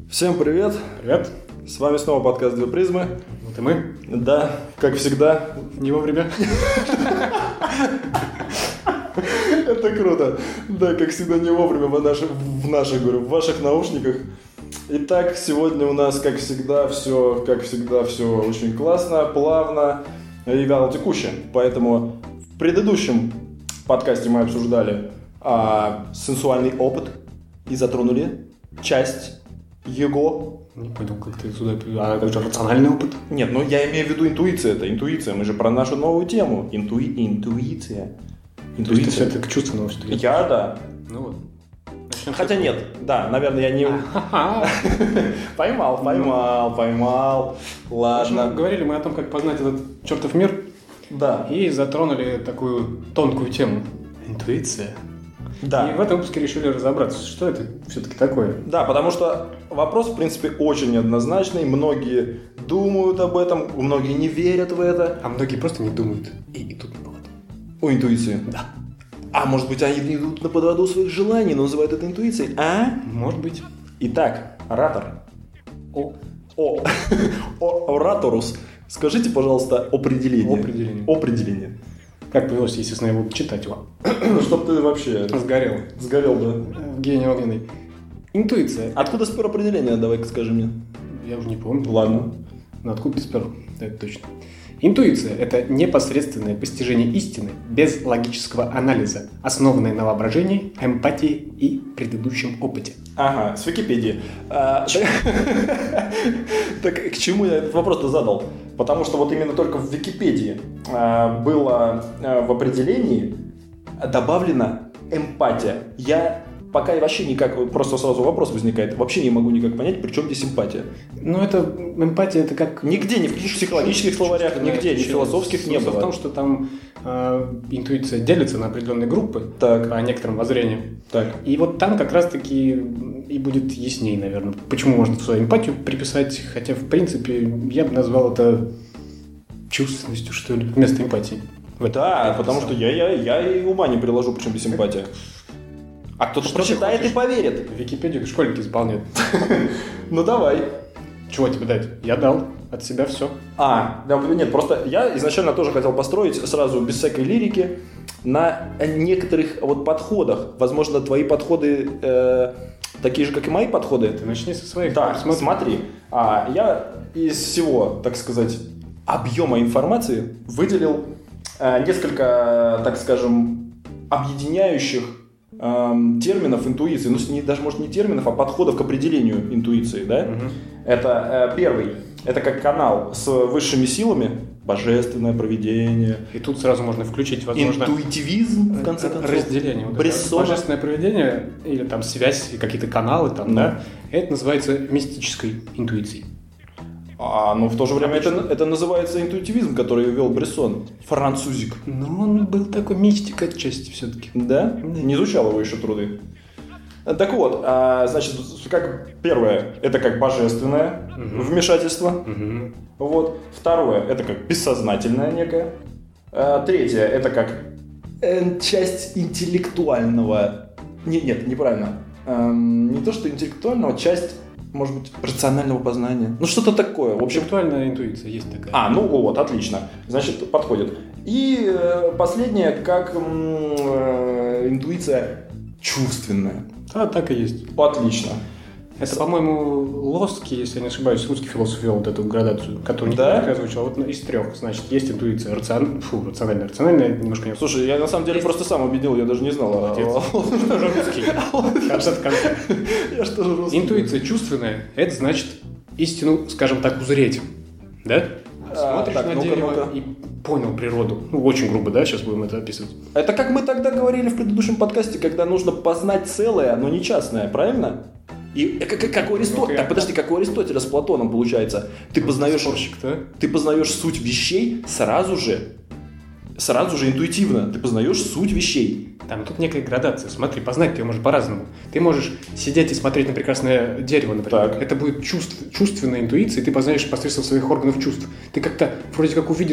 Всем привет! Привет! С вами снова подкаст «Две призмы». Вот и мы. Да, как всегда. Не вовремя. Это круто. Да, как всегда, не вовремя в ваших наушниках. Итак, сегодня у нас, как всегда, все очень классно, плавно и вялотекуще. Поэтому в предыдущем подкасте мы обсуждали сенсуальный опыт и затронули часть его. Не понял, как ты сюда... А как же рациональный опыт? Нет, я имею в виду интуиция. Это интуиция. Мы же про нашу новую тему. Интуиция. То есть ты все-таки к чувственному что-то? Да. Ну вот. Хотя нет. Да, наверное, я не... Поймал. Ладно. Говорили мы о том, как познать этот чертов мир. Да. И затронули такую тонкую тему. Интуиция. Да. И в этом выпуске решили разобраться, что это все-таки такое. Да, потому что вопрос, в принципе, очень неоднозначный. Многие думают об этом, многие не верят в это. А многие просто не думают и идут на поводу. У интуиции? Да. А может быть, они идут на поводу своих желаний, но называют это интуицией? Может быть. Итак, оратор. Ораторус. Скажите, пожалуйста, определение. Определение. Как появилось, естественно, я буду читать его. Чтоб ты вообще... Сгорел, да. Гений огненный. Интуиция. Откуда спер определение? Давай-ка скажи мне. Я уже не помню. Ладно. Но откуда спер? Это точно. Интуиция – это непосредственное постижение истины без логического анализа, основанное на воображении, эмпатии и предыдущем опыте. Ага, с Википедии. Так к чему я этот вопрос-то задал? Потому что вот именно только в Википедии было в определении добавлена эмпатия. Я пока вообще никак, просто сразу вопрос возникает, вообще не могу никак понять, при чем здесь эмпатия. Ну, это эмпатия, это как... Нигде, ни в психологических словарях, нигде, ни в философских не было. Смысл в том, что там интуиция делится на определенные группы по некоторым воззрениям. Так. И вот там как раз-таки и будет яснее, наверное, почему можно свою эмпатию приписать, хотя, в принципе, я бы назвал это чувственностью, что ли, вместо эмпатии. Да, потому что я и ума не приложу, причем без эмпатии. А кто-то прочитает и поверит. В Википедию школьники заполняют. Ну давай. Чего тебе дать? Я дал от себя все. Нет, просто я изначально тоже хотел построить сразу без всякой лирики на некоторых вот подходах. Возможно, твои подходы такие же, как и мои подходы. Ты начни со своих. Да, смотри. Я из всего, так сказать, объема информации выделил несколько, так скажем, объединяющих терминов интуиции, даже может не терминов, а подходов к определению интуиции, да? Угу. Это первый, это как канал с высшими силами, божественное провидение. И тут сразу можно включить, возможно, интуитивизм, в конце концов. Разделение. Брессона. Божественное провидение, или там связь, какие-то каналы, там, да, это называется мистической интуицией. Но в то же время это называется интуитивизм, который ввел Брессон. Французик. Ну, он был такой мистик отчасти все-таки. Да? Не изучал его еще труды. Так вот, значит, как первое, это как божественное вмешательство. Вот. Второе, это как бессознательное некое. Третье, это как часть интеллектуального... Нет, неправильно. Не то, что интеллектуального, часть... Может быть, рационального познания. Ну, что-то такое. В общем, интеллектуальная интуиция есть такая. Отлично. Значит, подходит. И последнее, как интуиция чувственная. Да, так и есть. Отлично. Это, по-моему, Лоски, если я не ошибаюсь, русский философ вел вот эту градацию, которую я озвучил. Вот из трех. Значит, есть интуиция рациональная. Рациональная немножко не... Слушай, я на самом деле просто сам убедил, я даже не знал. Что же русский? Я что же русский? Интуиция чувственная, это значит истину, скажем так, узреть. Да? Смотришь на дерево и понял природу. Очень грубо, да? Сейчас будем это описывать. Это как мы тогда говорили в предыдущем подкасте, когда нужно познать целое, но не частное, правильно? И как у Аристотеля, как у Аристотеля с Платоном получается. Ты познаешь суть вещей сразу же интуитивно. Ты познаешь суть вещей. Там тут некая градация. Смотри, познать ты можешь по-разному. Ты можешь сидеть и смотреть на прекрасное дерево, например. Так. Это будет чувственная интуиция, и ты познаешь посредством своих органов чувств. Ты как-то вроде как увидишь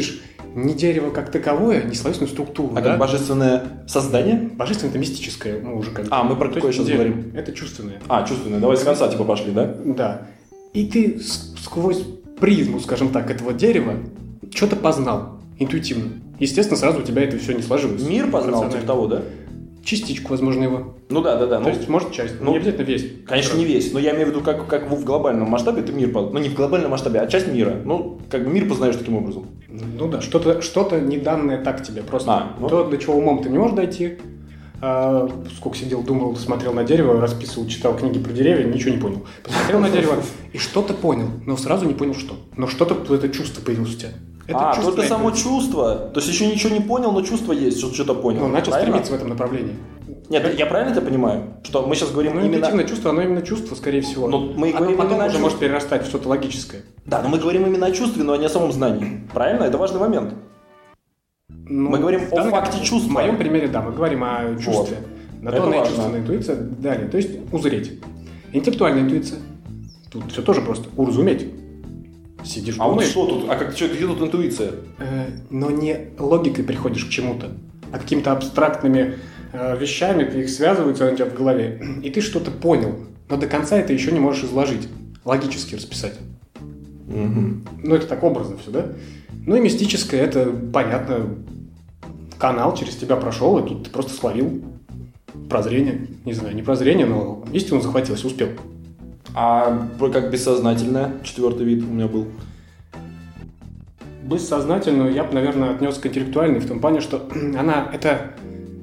не дерево как таковое, не словесную структуру. А как божественное создание? Божественное — это мистическое. Мы уже как мы про какое сейчас говорим? Это чувственное. Чувственное. Давай с конца типа пошли, да? Да. И ты сквозь призму, скажем так, этого дерева что-то познал интуитивно. Естественно, сразу у тебя это все не сложилось. Мир познал, типа того, да? Частичку, возможно, его. Да. То есть, может, часть. Не обязательно весь. Конечно, не весь. Но я имею в виду, как в глобальном масштабе ты мир познал. Не в глобальном масштабе, а часть мира. Мир познаешь таким образом. Что-то не данное так тебе. Просто то, до чего умом ты не можешь дойти. Сколько сидел, думал, смотрел на дерево, расписывал, читал книги про деревья, ничего не понял. Посмотрел на дерево и что-то понял, но сразу не понял, что. Но что-то, это чувство появилось у тебя. Только само чувство. То есть еще ничего не понял, но чувство есть, что-то понял. Начал стремиться в этом направлении. Нет, я правильно это понимаю? Что мы сейчас говорим именно... интуитивное чувство, оно именно чувство, скорее всего. Мы говорим потом именно уже может перерастать в что-то логическое. Да, но мы говорим именно о чувстве, но не о самом знании. Правильно? Это важный момент. Мы говорим о факте чувства. В моем примере, да, мы говорим о чувстве. На то она и чувственная интуиция. Далее, то есть узреть. Интеллектуальная интуиция. Тут все тоже просто. Уразуметь. Сидишь, думаешь. Что тут? Где тут интуиция? Но не логикой приходишь к чему-то, а какими-то абстрактными вещами, ты их связываются у тебя в голове, и ты что-то понял, но до конца это еще не можешь изложить, логически расписать. Угу. Это так образно все, да? И мистическое, это, понятно, канал через тебя прошел, и тут ты просто словил прозрение. Не знаю, не прозрение, но истину захватился, успел. А как бессознательное, 4-й вид у меня был? Бессознательную я бы, наверное, отнес к интеллектуальной в том плане, что она это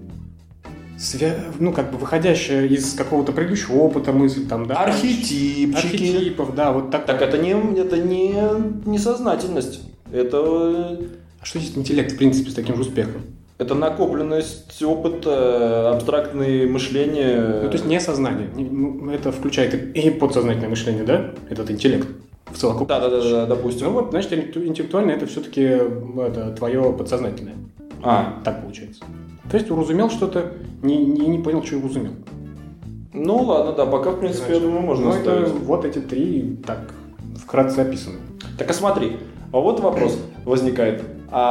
выходящая из какого-то предыдущего опыта мысль, там, да? Архетипов, да, вот так. Так это не сознательность. Это... А что есть интеллект, в принципе, с таким же успехом? Это накопленность опыта, абстрактное мышление. То есть не сознание. Это включает и подсознательное мышление, да? Этот интеллект в совокупности. Да, допустим. Значит, интеллектуальное это все-таки твое подсознательное. Так получается. То есть уразумел что-то, не понял, что уразумел. Ладно, да, пока, в принципе, я думаю, можно оставить. Это вот эти 3 так вкратце описаны. Так, смотри, вот вопрос возникает.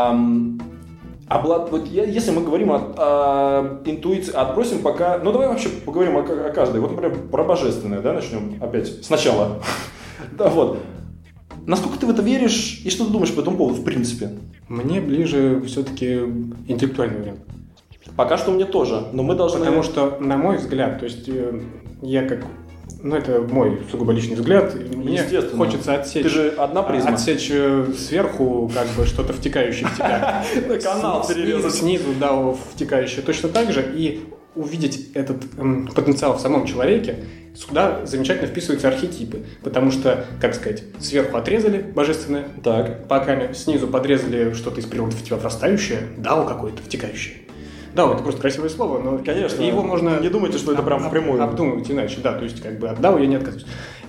Если мы говорим о интуиции, отбросим пока... давай вообще поговорим о каждой. Вот, например, про божественное, да, начнем опять сначала. Да, вот. Насколько ты в это веришь и что ты думаешь по этому поводу, в принципе? Мне ближе все-таки интеллектуальный вариант. Пока что мне тоже, но мы должны... Потому что, на мой взгляд, то есть я как... это мой сугубо личный взгляд. Мне хочется отсечь... Ты же одна призма. Отсечь сверху что-то втекающее в тебя. Канал перерезать. Снизу, да, втекающее точно так же. И увидеть этот потенциал в самом человеке, сюда замечательно вписываются архетипы. Потому что, как сказать, сверху отрезали божественное, пока снизу подрезали что-то из природы в тебя врастающее, дао какое-то втекающее. Да, это просто красивое слово, но конечно, его можно... Не думайте, что это прям впрямую. Обдумывать иначе, да, то есть от дао я не отказываюсь.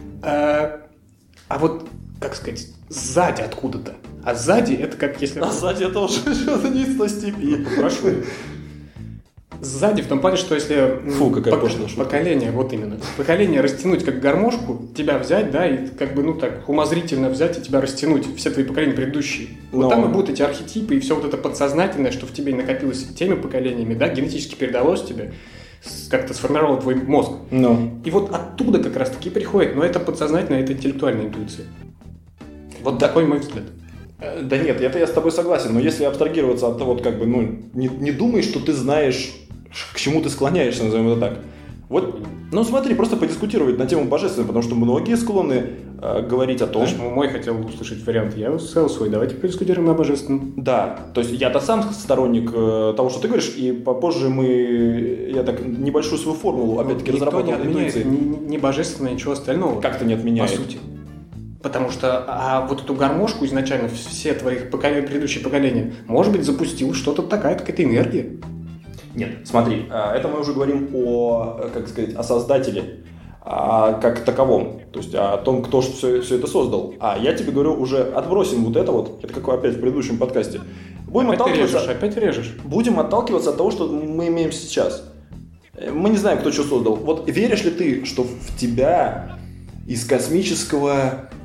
Вот, как сказать, сзади откуда-то. А сзади это как если... сзади это уже что-то не из той степи. Прошу. Сзади в том плане, что если поколение, вот именно, поколение растянуть как гармошку, тебя взять, да, и умозрительно взять и тебя растянуть, все твои поколения предыдущие. Вот там и будут эти архетипы, и все вот это подсознательное, что в тебе накопилось теми поколениями, да, генетически передалось тебе, как-то сформировало твой мозг. И вот оттуда как раз-таки приходит, но это подсознательная, это интеллектуальная интуиция. Вот такой мой взгляд. Да нет, это я с тобой согласен, но если абстрагироваться от того, не думай, что ты знаешь, к чему ты склоняешься, назовем это так. Вот, смотри, просто подискутировать на тему божественной, потому что многие склонны говорить о том... Знаешь, мой хотел услышать вариант, я сказал свой, давайте подискутируем на божественном. Да, то есть я-то сам сторонник того, что ты говоришь, и попозже я так небольшую свою формулу опять-таки разработал интуиции. Не божественное, ничего остального. Как-то не отменяет. По сути. Потому что вот эту гармошку изначально все твои предыдущие поколения, может быть, запустил что-то такая, какая-то энергия. Нет, смотри, это мы уже говорим о создателе как таковом, то есть о том, кто все это создал. А я тебе говорю, уже отбросим вот это, как опять в предыдущем подкасте. Опять режешь. Будем отталкиваться от того, что мы имеем сейчас. Мы не знаем, кто что создал. Вот веришь ли ты, что в тебя из космического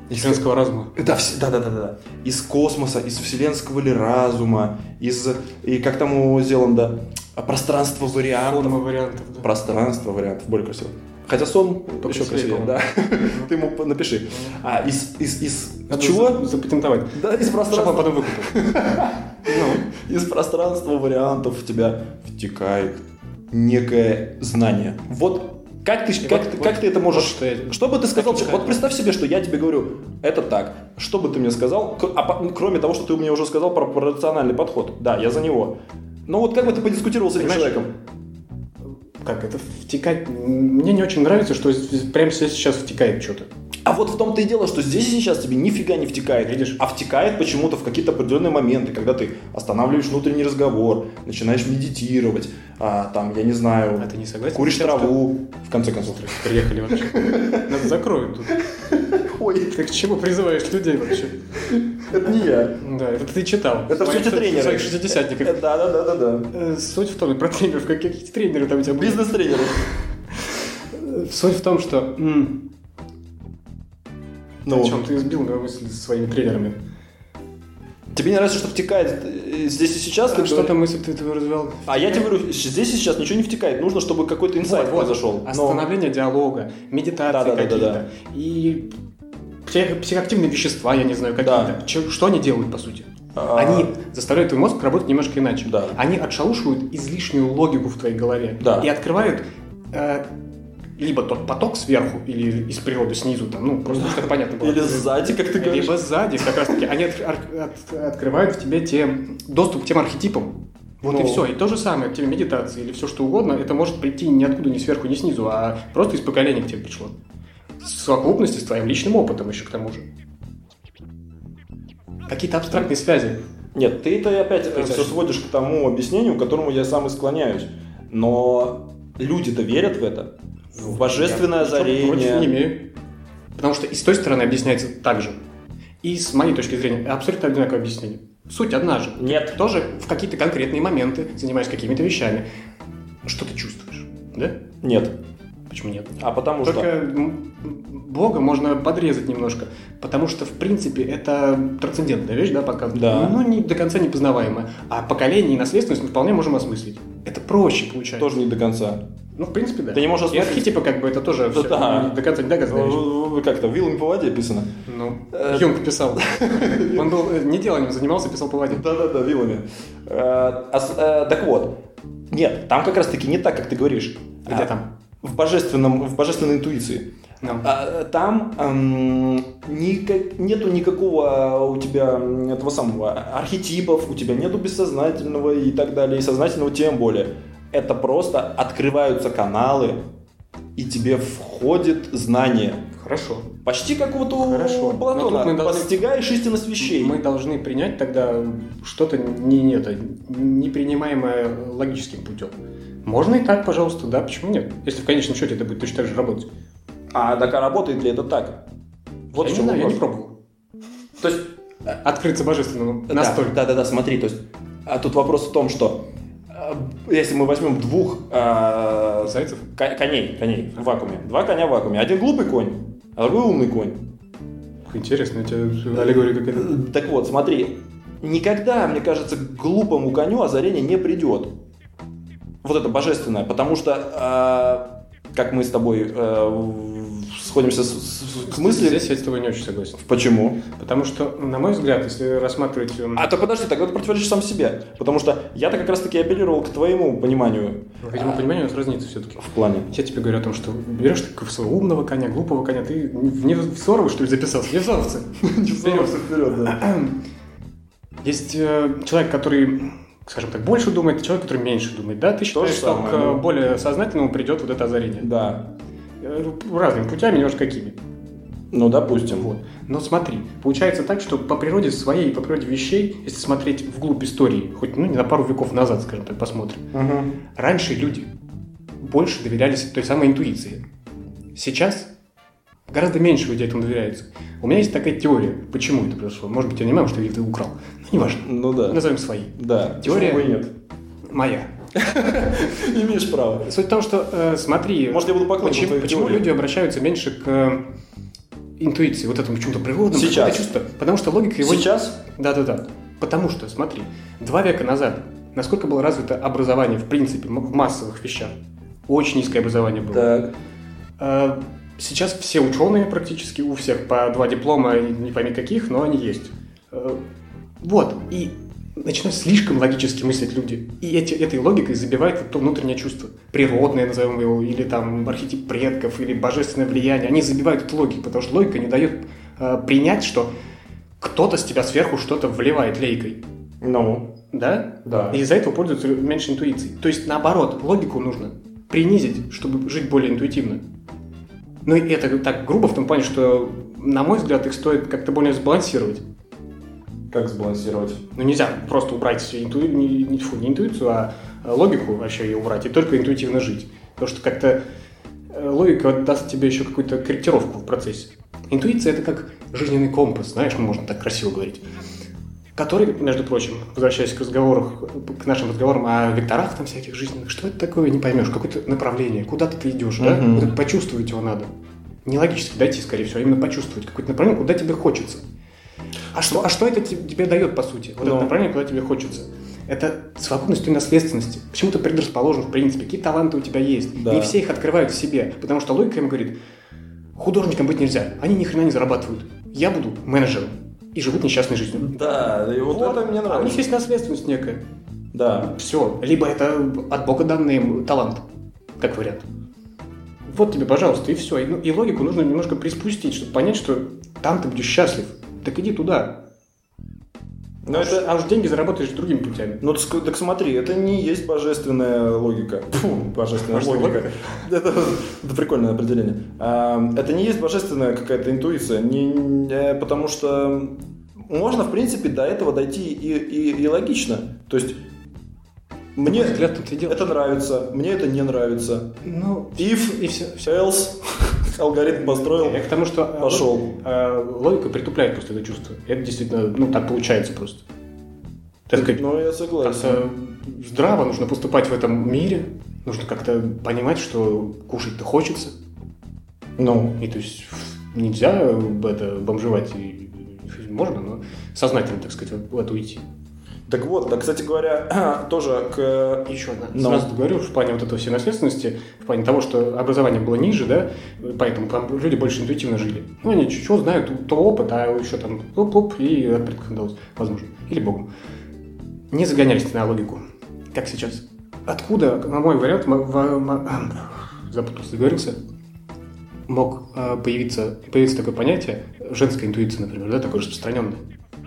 Из вселенского разума. Да. Из космоса, из вселенского ли разума, и как там сделано, пространство вариантов. Форма вариантов, да. Пространство вариантов, более красиво. Хотя сон еще красивее, да. Ты ему напиши. Из чего? Запатентовать. Да, из пространства. Чтобы он потом выкупил. Из пространства вариантов в тебя втекает некое знание. Вот как ты это можешь... Что бы ты сказал? Вот представь себе, что я тебе говорю, это так. Что бы ты мне сказал, кроме того, что ты мне уже сказал про рациональный подход? Да, я за него. Но вот как бы ты подискутировал с этим человеком? Как это втекать? Мне не очень нравится, что прямо сейчас втекает что-то. А вот в том-то и дело, что здесь и сейчас тебе нифига не втекает, видишь? А втекает почему-то в какие-то определенные моменты, когда ты останавливаешь внутренний разговор, начинаешь медитировать, там, я не знаю, а ты не согласен? Куришь траву, в конце концов. Приехали вообще. Нас закроют тут. Ой. Ты к чему призываешь людей вообще? Это не я. Да, это ты читал. Это все эти тренеры. Своих шестидесятников. Да. Суть в том, про тренеров, какие тренеры там у тебя были? Бизнес-тренеры. Суть в том, что... О чем ты сбил мою мысль со своими тренерами? Тебе не нравится, что втекает здесь и сейчас? Что-то мысль ты развел. А я тебе говорю, здесь и сейчас ничего не втекает. Нужно, чтобы какой-то инсайт произошел. Остановление диалога, медитация какие-то. И психоактивные вещества, я не знаю, какие-то. Что они делают, по сути? Они заставляют твой мозг работать немножко иначе. Да. Они отшелушивают излишнюю логику в твоей голове. Да. И открывают... либо тот поток сверху, или из природы снизу, там, просто чтобы понятно было. Или сзади, как ты говоришь. Либо сзади, как раз таки. Они открывают в тебе доступ к тем архетипам. Вот и все. И то же самое, тебе медитация или все что угодно, это может прийти ниоткуда, ни сверху, ни снизу, а просто из поколения к тебе пришло. В совокупности с твоим личным опытом еще к тому же. Какие-то абстрактные связи. Нет, ты это опять все сводишь к тому объяснению, к которому я сам и склоняюсь. Но люди-то верят в это. В божественное озарение. Против не имею. Потому что и с той стороны объясняется так же. И с моей точки зрения абсолютно одинаковое объяснение. Суть одна же. Нет. Ты тоже в какие-то конкретные моменты занимаешься какими-то вещами. Что ты чувствуешь? Да? Нет. Почему нет? А потому Только что... Бога можно подрезать немножко. Потому что, в принципе, это трансцендентная вещь, да, пока. Да. Не до конца непознаваемая. А поколение и наследственность мы вполне можем осмыслить. Это проще получается. Тоже не до конца. В принципе, да. Ты не можешь осмыслить. И архетипы, это тоже все до конца не доказанная вещь. Как-то вилами по воде писано. Юнг писал. Он был не деланием занимался, писал по воде. Да, вилами. Так вот. Нет, там как раз-таки не так, как ты говоришь. Где там? В божественной интуиции. Там нету никакого у тебя этого самого архетипов, у тебя нету бессознательного и так далее, и сознательного тем более. Это просто открываются каналы, и тебе входит знание. Хорошо. Почти как вот у Платона. Постигаешь истинность вещей. Мы должны принять тогда что-то непринимаемое логическим путем. Можно и так, пожалуйста, да, почему нет? Если в конечном счете это будет точно так же работать. Так работает ли это так? Вот я не знаю, я не пробовал. То есть... Открыться божественному настолько. Да, смотри, то есть... тут вопрос в том, что если мы возьмем двух зайцев? Коней в вакууме. Два коня в вакууме. Один глупый конь, а другой умный конь. Интересно, у тебя аллегория какая-то. Так вот, смотри. Никогда, мне кажется, к глупому коню озарение не придет. Вот это божественное. Потому что, как мы с тобой сходимся к мысли... Здесь я с тобой не очень согласен. Почему? Потому что, на мой взгляд, если рассматривать... то подожди, тогда ты противоречишь сам себе. Потому что я-то как раз-таки апеллировал к твоему пониманию. Видимо, понимание у нас разнится все-таки. В плане? Я тебе говорю о том, что берешь ты своего умного коня, глупого коня, ты в Сорово, что ли, записался? Не в Сорово. Не в Сорово, вперед, да. Есть человек, который... скажем так, больше думает, человек, который меньше думает, да? Ты считаешь, что к более сознательному придет вот это озарение? Да. Разными путями, немножко какими. Допустим. Вот. Но смотри, получается так, что по природе своей, по природе вещей, если смотреть вглубь истории, хоть не на пару веков назад, скажем так, посмотрим, раньше люди больше доверялись той самой интуиции. Сейчас гораздо меньше людей этому доверяется. У меня есть такая теория, почему это произошло. Может быть, я не знаю, что я это украл. Неважно. Да. Назовем свои. Да. Теория нет. Моя. Имеешь право. Суть в том, что, смотри, может, я буду поклонником почему люди обращаются меньше к интуиции, вот этому почему-то природному чувству, потому что логика его... Сейчас? Да. Потому что, смотри, 2 века назад насколько было развито образование, в принципе, в массовых вещах? Очень низкое образование было. Так. Сейчас все ученые практически, у всех по 2 диплома, не пойми каких, но они есть. Вот, и начинают слишком логически мыслить люди. И этой логикой забивают вот то внутреннее чувство. Природное, назовем его, или там архетип предков, или божественное влияние. Они забивают эту логику, потому что логика не дает принять, что кто-то с тебя сверху что-то вливает лейкой. Ну. Да? Да. И из-за этого пользуются меньше интуицией. То есть, наоборот, логику нужно принизить, чтобы жить более интуитивно. Ну, и это так грубо в том плане, что, на мой взгляд, их стоит как-то более сбалансировать. Как сбалансировать? Ну, нельзя просто убрать не интуицию, а логику вообще ее убрать, и только интуитивно жить. Потому что как-то логика даст тебе еще какую-то корректировку в процессе. Интуиция – это как жизненный компас, знаешь, можно так красиво говорить. Который, между прочим, возвращаясь к нашим разговорам о векторах там всяких жизненных, что это такое, не поймешь, какое-то направление, куда-то ты идешь, да? Вот это почувствовать его надо. Не логически дойти, скорее всего, а именно почувствовать какое-то направление, куда тебе хочется. А что это тебе дает, по сути? Вот это направление, куда тебе хочется. Это свободность той наследственности. Почему ты предрасположен, в принципе, какие таланты у тебя есть. Да. Не все их открывают в себе, потому что логика им говорит, художникам быть нельзя, они ни хрена не зарабатывают. Я буду менеджером. И живут несчастной жизнью. Да, и вот это мне нравится. А у них есть наследственность некая. Да. Все. Либо это от Бога данный им талант, как вариант. Вот тебе, пожалуйста, и все. И логику нужно немножко приспустить, чтобы понять, что там ты будешь счастлив. Так иди туда. А уж деньги заработаешь другими путями. Ну так смотри, это не есть божественная логика. Божественная логика. Это прикольное определение. Это не есть божественная какая-то интуиция. Потому что можно, в принципе, до этого дойти и логично. То есть мне это нравится, мне это не нравится. Ну, if, и все. else, алгоритм построил, я к тому, что пошел. Логика притупляет просто это чувство. Это действительно, так получается просто. Так сказать, я согласен. Здраво нужно поступать в этом мире. Нужно как-то понимать, что кушать-то хочется. И то есть нельзя бомжевать. Можно, но сознательно, так сказать, в это уйти. Так вот, кстати говоря, тоже к... Еще одна. Сразу говорю, в плане вот этой всей наследственности, в плане того, что образование было ниже, да, поэтому там люди больше интуитивно жили. Они чего знают, то опыт, а еще там оп-оп, и от предков далось, возможно. Или Богом. Не загонялись на логику, как сейчас. Откуда, на мой вариант, запутался, договорился, мог появиться такое понятие, женская интуиция, например, да, такое распространенное.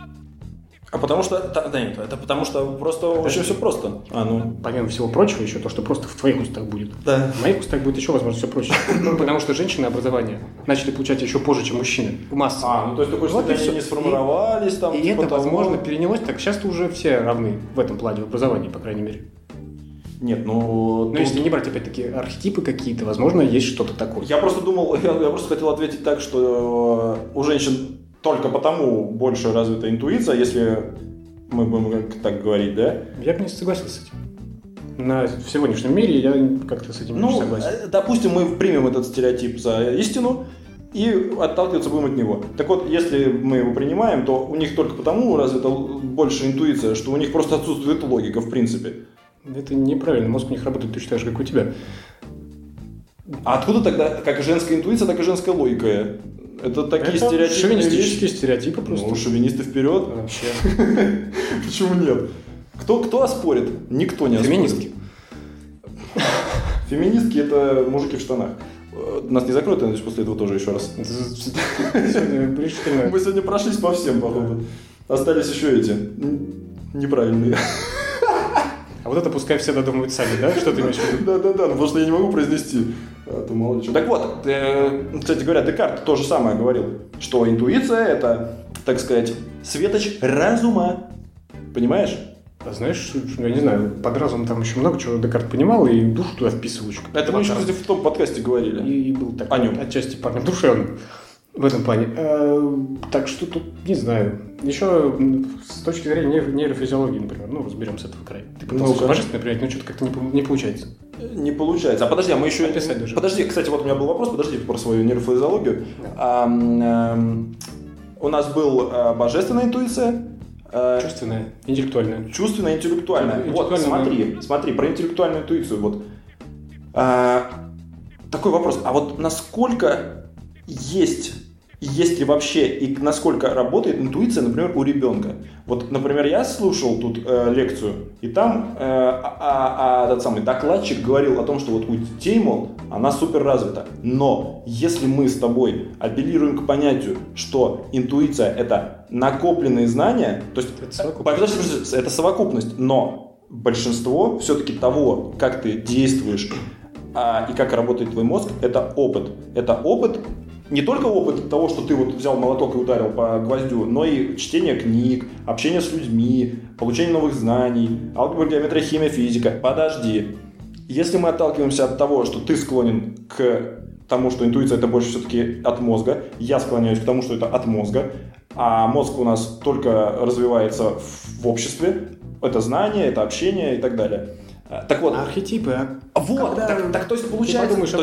А потому что... это потому что просто очень все просто. Помимо всего прочего, еще то, что просто в твоих устах будет. Да. В моих устах будет еще, возможно, все проще. Потому что женщины образование начали получать еще позже, чем мужчины. Массово. То есть такое, что они не сформировались там. И это, возможно, перенялось. Так сейчас уже все равны в этом плане, в образовании, по крайней мере. Нет, Но если не брать, опять-таки, архетипы какие-то, возможно, есть что-то такое. Я просто хотел ответить так, что у женщин только потому больше развита интуиция, если мы будем так говорить, да? Я бы не согласился с этим. В сегодняшнем мире я как-то с этим не согласен. Допустим, мы примем этот стереотип за истину и отталкиваться будем от него. Так вот, если мы его принимаем, то у них только потому развита больше интуиция, что у них просто отсутствует логика, в принципе. Это неправильно. Мозг у них работает точно так же, как у тебя. А откуда тогда как женская интуиция, так и женская логика? Это такие стереотипы. Шовинистические стереотипы просто. Шовинисты вперед. Вообще. Почему нет? Кто оспорит? Никто не оспорит. Феминистки. Феминистки – это мужики в штанах. Нас не закроют, я надеюсь, после этого тоже еще раз. Мы сегодня прошлись по всем, походу. Остались еще эти неправильные. А вот это пускай все додумывают сами, да? Что ты имеешь в виду? Да, потому что я не могу произнести. То мало ли что. Так вот, кстати говоря, Декарт то же самое говорил, что интуиция – это, так сказать, светоч разума. Понимаешь? А знаешь, я не знаю, под разумом там еще много чего Декарт понимал, и душу туда вписывал. Это мы еще, кстати, в том подкасте говорили. И был такой отчасти парнем душевным. В этом плане. Так что тут, не знаю. Еще с точки зрения нейрофизиологии, например, разберем с этого края. Ты пытался божественное принять, но что-то как-то не получается. Не получается. А подожди, а мы еще... Описать даже. Подожди, кстати, вот у меня был вопрос, подожди, про свою нейрофизиологию. Да. У нас была божественная интуиция. Чувственная, интеллектуальная. Чувственная, интеллектуальная. Вот, смотри, про интеллектуальную интуицию. Вот. Такой вопрос. А вот насколько есть ли вообще и насколько работает интуиция, например, у ребенка? Вот, например, я слушал тут лекцию, и там этот самый докладчик говорил о том, что вот у детей, мол, она супер развита. Но если мы с тобой апеллируем к понятию, что интуиция – это накопленные знания, то есть это совокупность, но большинство все-таки того, как ты действуешь и как работает твой мозг, это опыт. Это опыт. Не только опыт того, что ты вот взял молоток и ударил по гвоздю, но и чтение книг, общение с людьми, получение новых знаний, алгебра, геометрия, химия, физика. Подожди. Если мы отталкиваемся от того, что ты склонен к тому, что интуиция это больше все-таки от мозга, я склоняюсь к тому, что это от мозга, а мозг у нас только развивается в обществе, это знание, это общение и так далее. Так вот, архетипы, вот, то есть получается, то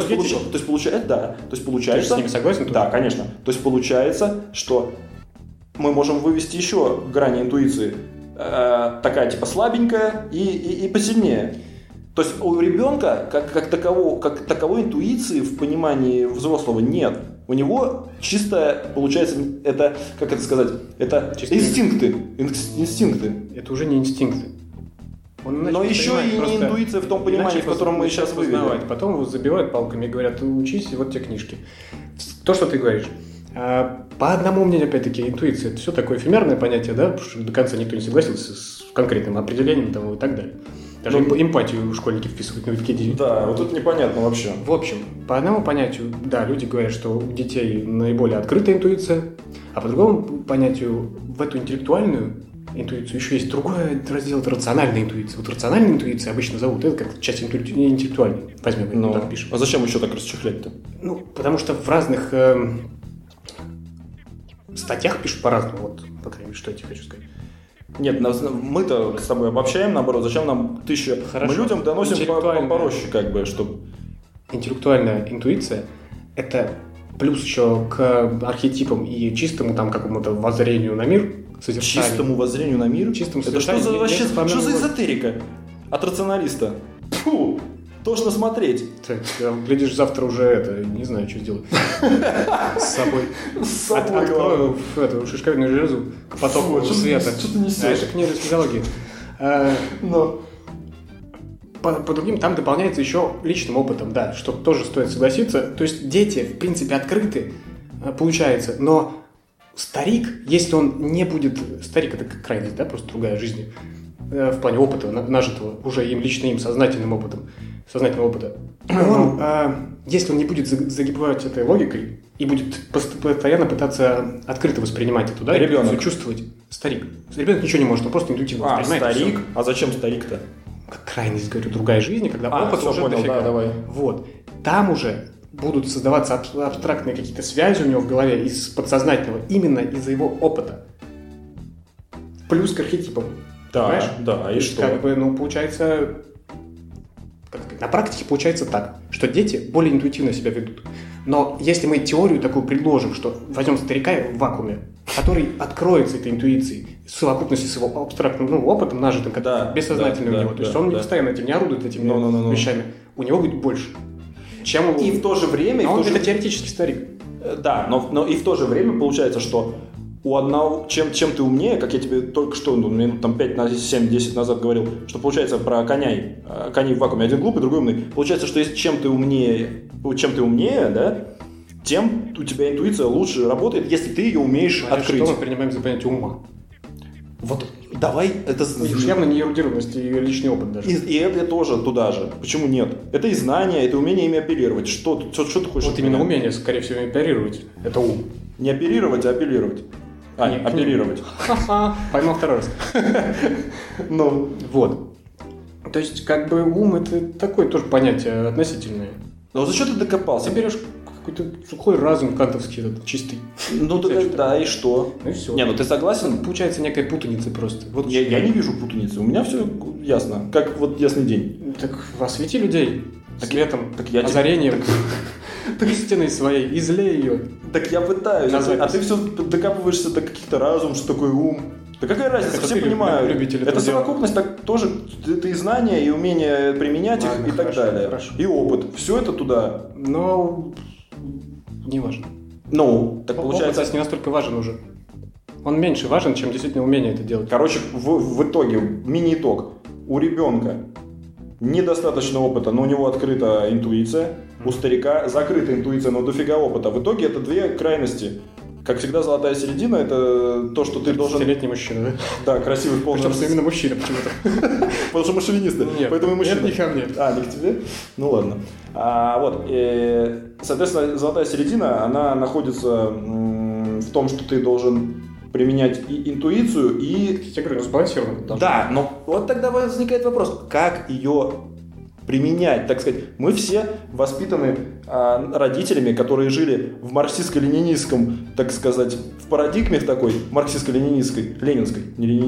есть получается, ты с ними согласен? Да, конечно. То есть получается, что мы можем вывести еще грани интуиции, такая типа слабенькая и посильнее. То есть у ребенка как таковой интуиции в понимании взрослого нет. У него чисто, получается, это, как это сказать, это инстинкты. Это уже не инстинкты. Но еще и не интуиция в том понимании, в котором мы сейчас вывели. Потом забивают палками и говорят, учись, вот те книжки. То, что ты говоришь. По одному мнению, опять-таки, интуиция – это все такое эфемерное понятие, да, потому что до конца никто не согласился с конкретным определением того и так далее. Даже эмпатию школьники вписывают на Википедию. Да, вот тут непонятно вообще. В общем, по одному понятию, да, люди говорят, что у детей наиболее открытая интуиция, а по другому понятию, в эту интеллектуальную интуицию еще есть другой раздел, это рациональная интуиция. Вот рациональная интуиция обычно зовут, это как часть интеллектуальной. Возьмем, так пишем. А зачем еще так расчехлять-то? Потому что в разных статьях пишут по-разному, вот, по крайней мере, что я тебе хочу сказать. Нет, мы-то с тобой обобщаем, наоборот, зачем нам 1000? Хорошо. Мы людям доносим попроще, как бы, чтобы... Интеллектуальная интуиция – это плюс еще к архетипам и чистому там какому-то воззрению на мир, созерцанию. Чистому воззрению на мир? Это что за вообще, что за эзотерика от рационалиста? Фу! Тошно смотреть. Так, глядишь, завтра уже не знаю, что сделать. С собой. Открою эту шишковидную железу к потоку света. Что ты несешь? Это к нейрофизиологии. Но по другим там дополняется еще личным опытом, да, что тоже стоит согласиться. То есть дети, в принципе, открыты, получается, но старик, если он не будет... Старик – это как крайность, да, просто другая жизнь. В плане опыта, нажитого уже им сознательным опытом. Он, если он не будет загибать этой логикой и будет постоянно пытаться открыто воспринимать это, да, ребенок чувствовать. Старик. Ребенок ничего не может, он просто интуитивно воспринимает. Старик? А зачем старик-то? Как крайность, говорю, другая жизнь, когда опыт уже понял, дофига. Да, давай. Вот. Там уже будут создаваться абстрактные какие-то связи у него в голове из подсознательного именно из-за его опыта. Плюс к архетипам. Да, понимаешь? Да, и что? Как бы, получается... На практике получается так, что дети более интуитивно себя ведут. Но если мы теорию такую предложим, что возьмем старика в вакууме, который откроется этой интуицией в совокупности с его абстрактным опытом, нажитым, бессознательным у него, то есть он постоянно этим не орудует этими вещами, у него будет больше. Чем и в то же время... он это теоретический старик. Да, но и в то же время получается, что у одного, чем ты умнее, как я тебе только что, минут 5-7-10 назад говорил, что получается про коней в вакууме, один глупый, другой умный. Получается, что если чем ты умнее, да, тем у тебя интуиция лучше работает, если ты ее умеешь открыть. Что мы принимаем за понятие ума? Вот давай это... Явно не эрудированность и личный опыт даже. И это тоже туда же. Почему нет? Это и знания, это умение ими оперировать. Что ты хочешь? Вот именно умение, скорее всего, оперировать. Это ум. Не оперировать, а апеллировать. Апеллировать. Поймал второй раз. Ну, вот. То есть, как бы ум это такое тоже понятие относительное. Но за что ты докопался? Ты берешь какой-то сухой разум кантовский, этот, чистый. Ну, да, и что? Ну и все. Не, ну ты согласен? Получается некая путаница просто. Вот я не вижу путаницы, у меня все ясно, как вот ясный день. Так освети людей светом, озарением. Истиной своей, излей ее. Так я пытаюсь, а ты все докапываешься до каких-то разум, что такое ум. Да какая разница, все понимают. Это совокупность так, тоже, это и знания, и умение применять их, и так далее. Хорошо. И опыт. Все это туда. Но не важно. Ну, так получается... Опыт не настолько важен уже. Он меньше важен, чем действительно умение это делать. Короче, в итоге, мини-итог. У ребенка недостаточно опыта, но у него открыта интуиция. У старика закрыта интуиция, но дофига опыта. В итоге это две крайности. Как всегда, золотая середина – это то, что ты должен... 30-летний мужчина, да? Да, красивый, полный... Причем, что именно мужчина почему-то. Потому что мы шовинисты. Нет, поэтому и мужчина. Это не ко мне. Не к тебе? Ну ладно. Соответственно, золотая середина, она находится в том, что ты должен применять и интуицию, и... Я говорю, сбалансированно. Да, но вот тогда возникает вопрос, как ее применять, так сказать. Мы все воспитаны родителями, которые жили в марксистско-ленинистском, так сказать, в парадигме такой, марксистско-ленинистской, ленинской,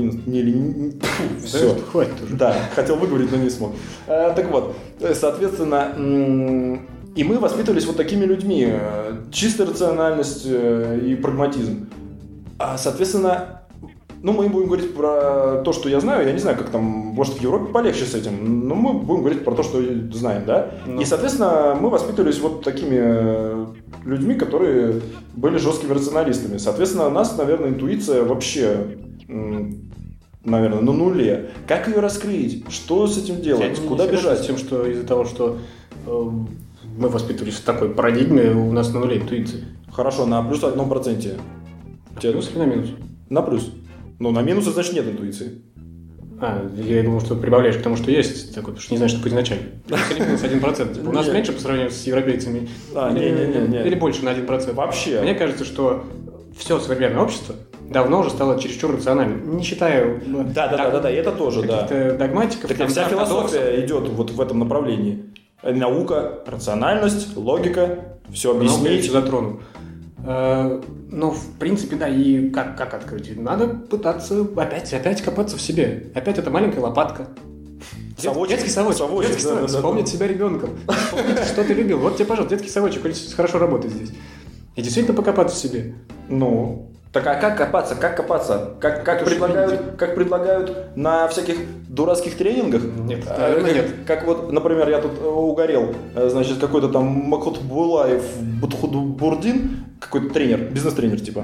все. Хватит уже. Да, хотел выговорить, но не смог. Так вот, соответственно, и мы воспитывались вот такими людьми. Чистая рациональность и прагматизм. Соответственно, мы будем говорить про то, что я знаю. Я не знаю, как там, может, в Европе полегче с этим. Но мы будем говорить про то, что знаем, да? И, соответственно, мы воспитывались вот такими людьми, которые были жесткими рационалистами. Соответственно, у нас, наверное, интуиция вообще, наверное, на нуле. Как ее раскрыть? Что с этим делать? Куда бежать? С тем, что из-за того, что мы воспитывались в такой парадигме, у нас на нуле интуиции. Хорошо, на плюс 1%. Плюс или на минус? На плюс. Но на минус, значит, нет интуиции. Я думал, что ты прибавляешь к тому, что есть такой, потому что не знаешь, что такое изначально. Минус 1%. У нас меньше по сравнению с европейцами. Или больше на 1%. Вообще. Мне кажется, что все современное общество давно уже стало чересчур рациональным. Не считая... Да, это тоже, каких-то догматиков. Так вся философия идет вот в этом направлении. Наука, рациональность, логика, все объяснить. Все затрону. Но, в принципе, да, и как открыть? Надо пытаться опять копаться в себе. Опять эта маленькая лопатка. Детский совочек. Вспомнить себя ребенком. Вспомнить, что ты любил. Вот тебе, пожалуйста, детский совочек, он хорошо работает здесь. И действительно покопаться в себе. Так а как копаться? Как предлагают на всяких дурацких тренингах? Нет. Как вот, например, я тут угорел, значит, какой-то там Макхутбулаев Бурдин, какой-то тренер, бизнес-тренер типа.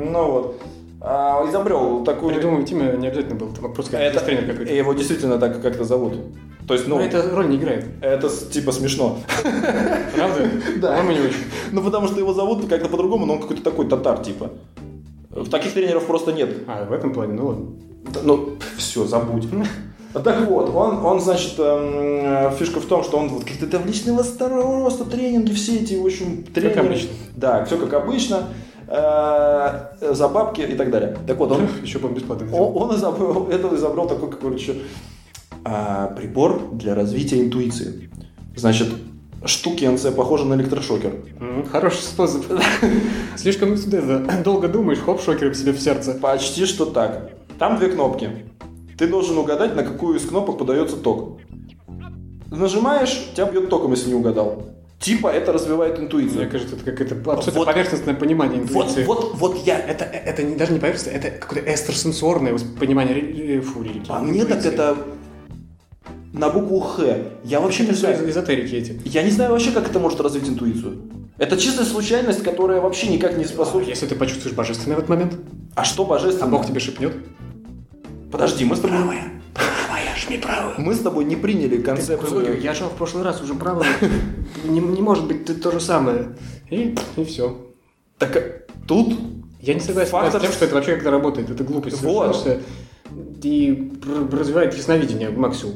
Изобрел такую... Придумывать имя не обязательно было, там просто это тренер какой-то. Его действительно так как-то зовут. То есть, это роль не играет. Это типа смешно. Правда? Да. По-моему, не очень. Потому что его зовут как-то по-другому, но он какой-то такой татар типа. Таких тренеров просто нет. В этом плане, ладно. Все, забудь. Так вот, он значит, фишка в том, что он вот какие-то табличного роста, тренинги, все эти, в общем, тренеры. Как обычно. Да, все как обычно. За бабки и так далее. Так вот, он еще по бесплатно. Он изобрел такой, короче, прибор для развития интуиции. Значит, штукенция похожа на электрошокер. Хороший способ. Слишком долго думаешь, хоп, шокером себе в сердце. Почти что так. Там 2 кнопки. Ты должен угадать, на какую из кнопок подается ток. Нажимаешь, тебя бьет током, если не угадал. Типа это развивает интуицию. Мне кажется, это какое-то абсолютно поверхностное понимание интуиции. Это даже не поверхностное, это какое-то экстрасенсорное понимание религии. Мне так это на букву Х. Я вообще не знаю. Эзотерики эти. Я не знаю вообще, как это может развить интуицию. Это чистая случайность, которая вообще никак не способна. Если ты почувствуешь божественное в этот момент. А что божественное? А Бог тебе шепнет? Подожди, мы с тобой... Правая, жми правую. Мы с тобой не приняли концепцию... Я жал в прошлый раз уже правую. Не может быть то же самое. И все. Так тут... Я не согласен с тем, что это вообще как-то работает. Это глупость. Вот. И развивает ясновидение максимум.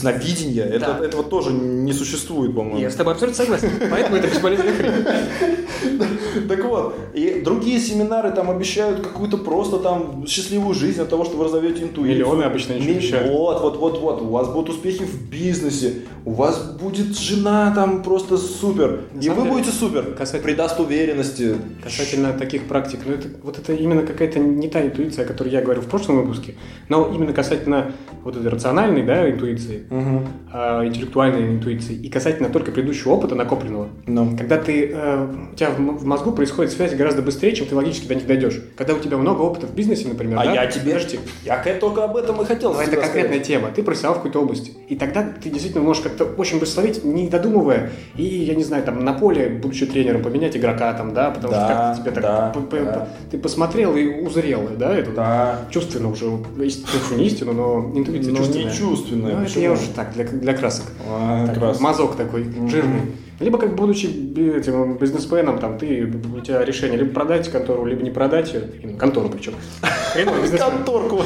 Ясновидение? Да. Этого тоже не существует, по-моему. Я с тобой абсолютно согласен. Поэтому это бесполезная хрень. Так вот, и другие семинары там обещают какую-то просто там счастливую жизнь от того, что вы разовьете интуицию. Миллионы обычно ничего не обещают. Вот. У вас будут успехи в бизнесе, у вас будет жена там просто супер. И вы будете супер. Придаст уверенности. Касательно таких практик, это именно какая-то не та интуиция, о которой я говорил в прошлом выпуске, но именно касательно вот этой рациональной, да, интуиции, интеллектуальной интуиции, и касательно только предыдущего опыта накопленного. Когда у тебя в мозгу происходит связь гораздо быстрее, чем ты логически до них дойдешь. Когда у тебя много опыта в бизнесе, например, я только об этом и хотел сказать. Это конкретная тема. Ты профессионал в какой-то области. И тогда ты действительно можешь как-то очень быстро словить, не додумывая, и, я не знаю, там на поле, будучи тренером, поменять игрока, там, да, потому что как-то тебе так ты посмотрел и узрел, да, это чувственно уже, не истину, но интуиция чувственная. Не чувственная. Это я уже так, для красок. Мазок такой, жирный. Либо, как будучи этим бизнесменом, там, у тебя решение либо продать контору, либо не продать ее, именно контору причем. Конторку.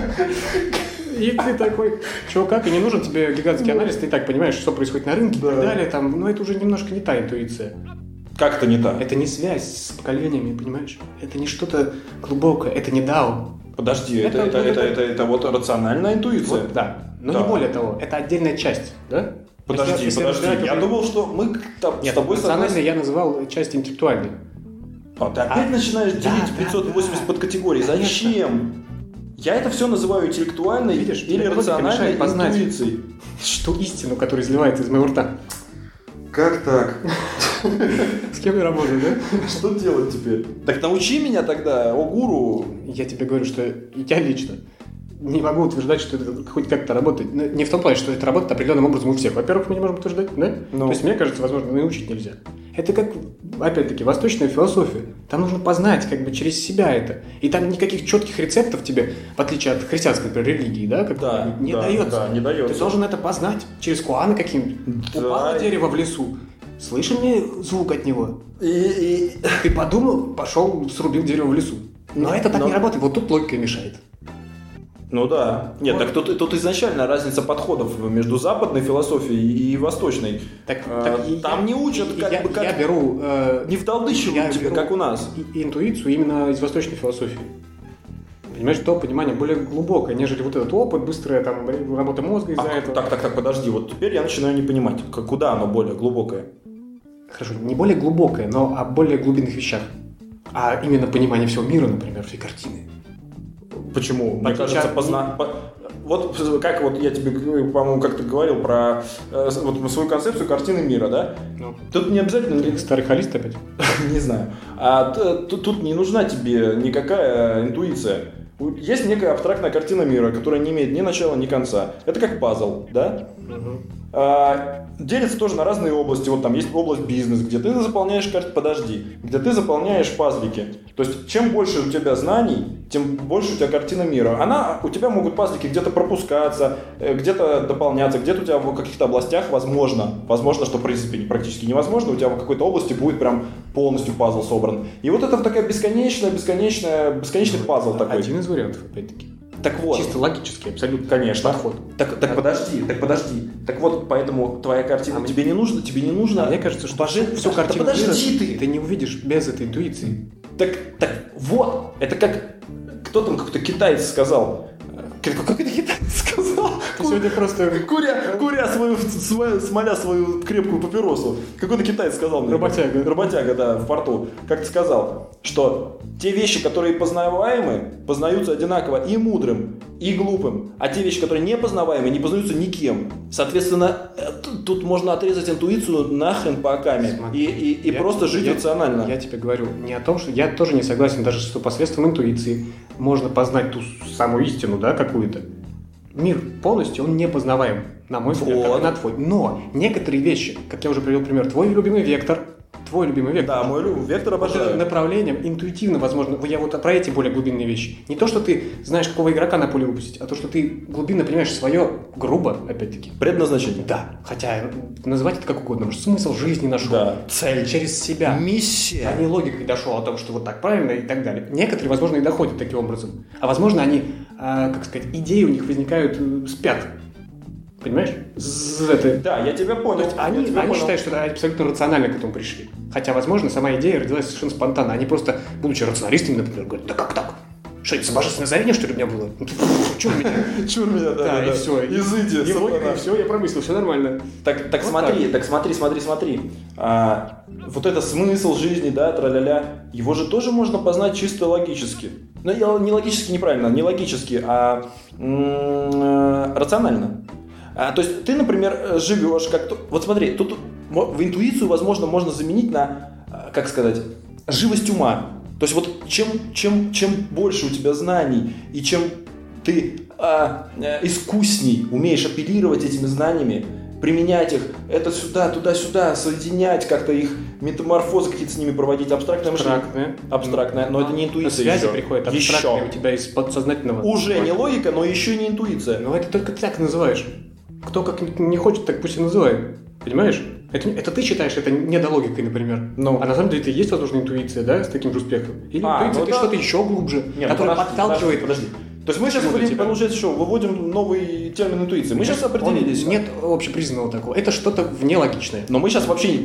И ты такой, чувак, и не нужен тебе гигантский анализ, ты и так понимаешь, что происходит на рынке и так далее, там, но это уже немножко не та интуиция. Как это не та? Это не связь с поколениями, понимаешь? Это не что-то глубокое, это не дао. Подожди, это вот рациональная интуиция. Вот, да, но не более того, это отдельная часть, да? Подожди, я думал, что мы с тобой... Рациональной я называл часть интеллектуальной. Ты опять начинаешь делить 580 подкатегорий. Зачем? Я это все называю интеллектуальной или рациональной интуицией. Что истину, которая изливается из моего рта. Как так? С кем я работаю, да? Что делать теперь? Так научи меня тогда, о гуру. Я тебе говорю, что я лично не могу утверждать, что это хоть как-то работает. Не в том плане, что это работает определенным образом у всех. Во-первых, мы не можем утверждать, да? То есть, мне кажется, возможно, научить нельзя. Это как, опять-таки, восточная философия. Там нужно познать как бы через себя это. И там никаких четких рецептов тебе, в отличие от христианской, например, религии, да, не дается. Не дается. Ты должен это познать через куаны каким-то. Упало дерево в лесу. Слышал ли звук от него? Ты подумал, пошел, срубил дерево в лесу. Но это так не работает. Вот тут логика мешает. Ну да. Нет, так тут изначально разница подходов между западной философией и восточной. Там не учат я беру... не вдалдычивают тебя, как у нас. Интуицию именно из восточной философии. Понимаешь, то понимание более глубокое, нежели вот этот опыт, быстрая там работа мозга из-за этого. Так, подожди. Вот теперь я начинаю не понимать, куда оно более глубокое. Хорошо, не более глубокое, но о более глубинных вещах. А именно понимание всего мира, например, всей картины. Почему? Мне кажется, вот как вот я тебе, по-моему, как-то говорил про вот свою концепцию картины мира, да? Тут не обязательно... Старый холист опять? Не знаю. Тут не нужна тебе никакая интуиция. Есть некая абстрактная картина мира, которая не имеет ни начала, ни конца. Это как пазл, да? Делится тоже на разные области. Вот там есть область бизнес, где ты заполняешь где ты заполняешь пазлики. То есть, чем больше у тебя знаний, тем больше у тебя картина мира. У тебя могут пазлики где-то пропускаться, где-то дополняться, где-то у тебя в каких-то областях возможно, что в принципе практически невозможно, у тебя в какой-то области будет прям полностью пазл собран. И вот это такая бесконечный пазл такой. Один из вариантов, опять-таки. Так вот. Чисто логически, абсолютно. Конечно. Подход. Так подожди. Так вот, поэтому твоя картина тебе не нужно. Мне кажется, что всю картину мира ты не увидишь без этой интуиции. Так вот, это как кто там какой-то китаец сказал. Какой-то китаец сказал. Ты сегодня просто... Смоля свою крепкую папиросу. Какой-то китаец сказал мне. Работяга, да, в порту. Как ты сказал, что те вещи, которые познаваемы, познаются одинаково и мудрым, и глупым. А те вещи, которые непознаваемы, не познаются никем. Соответственно, тут можно отрезать интуицию нахрен по акаме. И просто жить рационально. Я тебе говорю не о том, что... Я тоже не согласен даже, что посредством интуиции можно познать ту самую истину, да, какую-то. Мир полностью, он непознаваем, на мой взгляд, как на твой. Но некоторые вещи, как я уже привел пример, твой любимый вектор. Да, мой вектор обожаю. Направлением, интуитивно, возможно, я вот про эти более глубинные вещи. Не то, что ты знаешь, какого игрока на поле выпустить, а то, что ты глубинно понимаешь свое, грубо, опять-таки. Предназначение. Да, хотя называть это как угодно. Смысл жизни нашел. Да. Цель через себя. Миссия. А не логикой дошел о том, что вот так правильно и так далее. Некоторые, возможно, и доходят таким образом. А возможно, они, идеи у них возникают спят. Понимаешь? Да, я тебя понял. То есть они считают, что они абсолютно рационально к этому пришли. Хотя, возможно, сама идея родилась совершенно спонтанно. Они просто, будучи рационалистами, например, говорят, да как так? Что, это божественное озарение, что ли, у меня было? Чур меня, да, и все. Изыди, и все, я промыслил, все нормально. Так смотри. Вот это смысл жизни, да, тра-ля-ля, его же тоже можно познать чисто логически. Ну, не логически неправильно, не логически, а рационально. То есть ты, например, живешь как-то... Вот смотри, тут в интуицию, возможно, можно заменить на, как сказать, живость ума. То есть вот чем больше у тебя знаний и чем ты искусней умеешь оперировать этими знаниями, применять их, это сюда, туда-сюда, соединять, как-то их метаморфозы какие-то с ними проводить, абстрактное мышление. Абстрактное, но это не интуиция. Связи приходят абстрактные у тебя из подсознательного. Уже не логика, но еще и не интуиция. Но это только ты так называешь. Кто как не хочет, так пусть и называет. Понимаешь? Это ты считаешь, это недологикой, например. А на самом деле это и есть, возможно, интуиция, да, с таким же успехом. Или интуиция это что-то еще глубже, которое подталкивает. Подожди. То есть мы сейчас, получается, что выводим новый термин интуиции. Мы сейчас определились. Нет общепризнанного такого. Это что-то внелогичное. Но мы сейчас вообще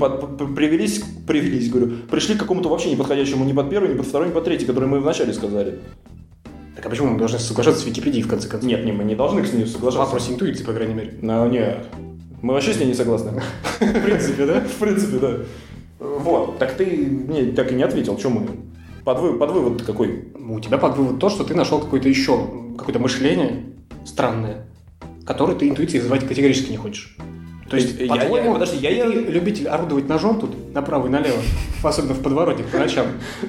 пришли к какому-то вообще неподходящему ни под первый, ни под второй, ни под третий, который мы вначале сказали. Так а почему мы должны соглашаться с Википедией, в конце концов? Нет, мы не должны с ней соглашаться. В вопросе интуиции, по крайней мере. Нет. Мы вообще с ней не согласны. В принципе, да? В принципе, да. Вот. Так ты мне так и не ответил, что мы... Подвывод какой? У тебя подвывод то, что ты нашел какое-то мышление странное, которое ты интуицией называть категорически не хочешь. То есть, по-твоему, ты любитель орудовать ножом тут направо и налево, особенно в подворотне по ночам.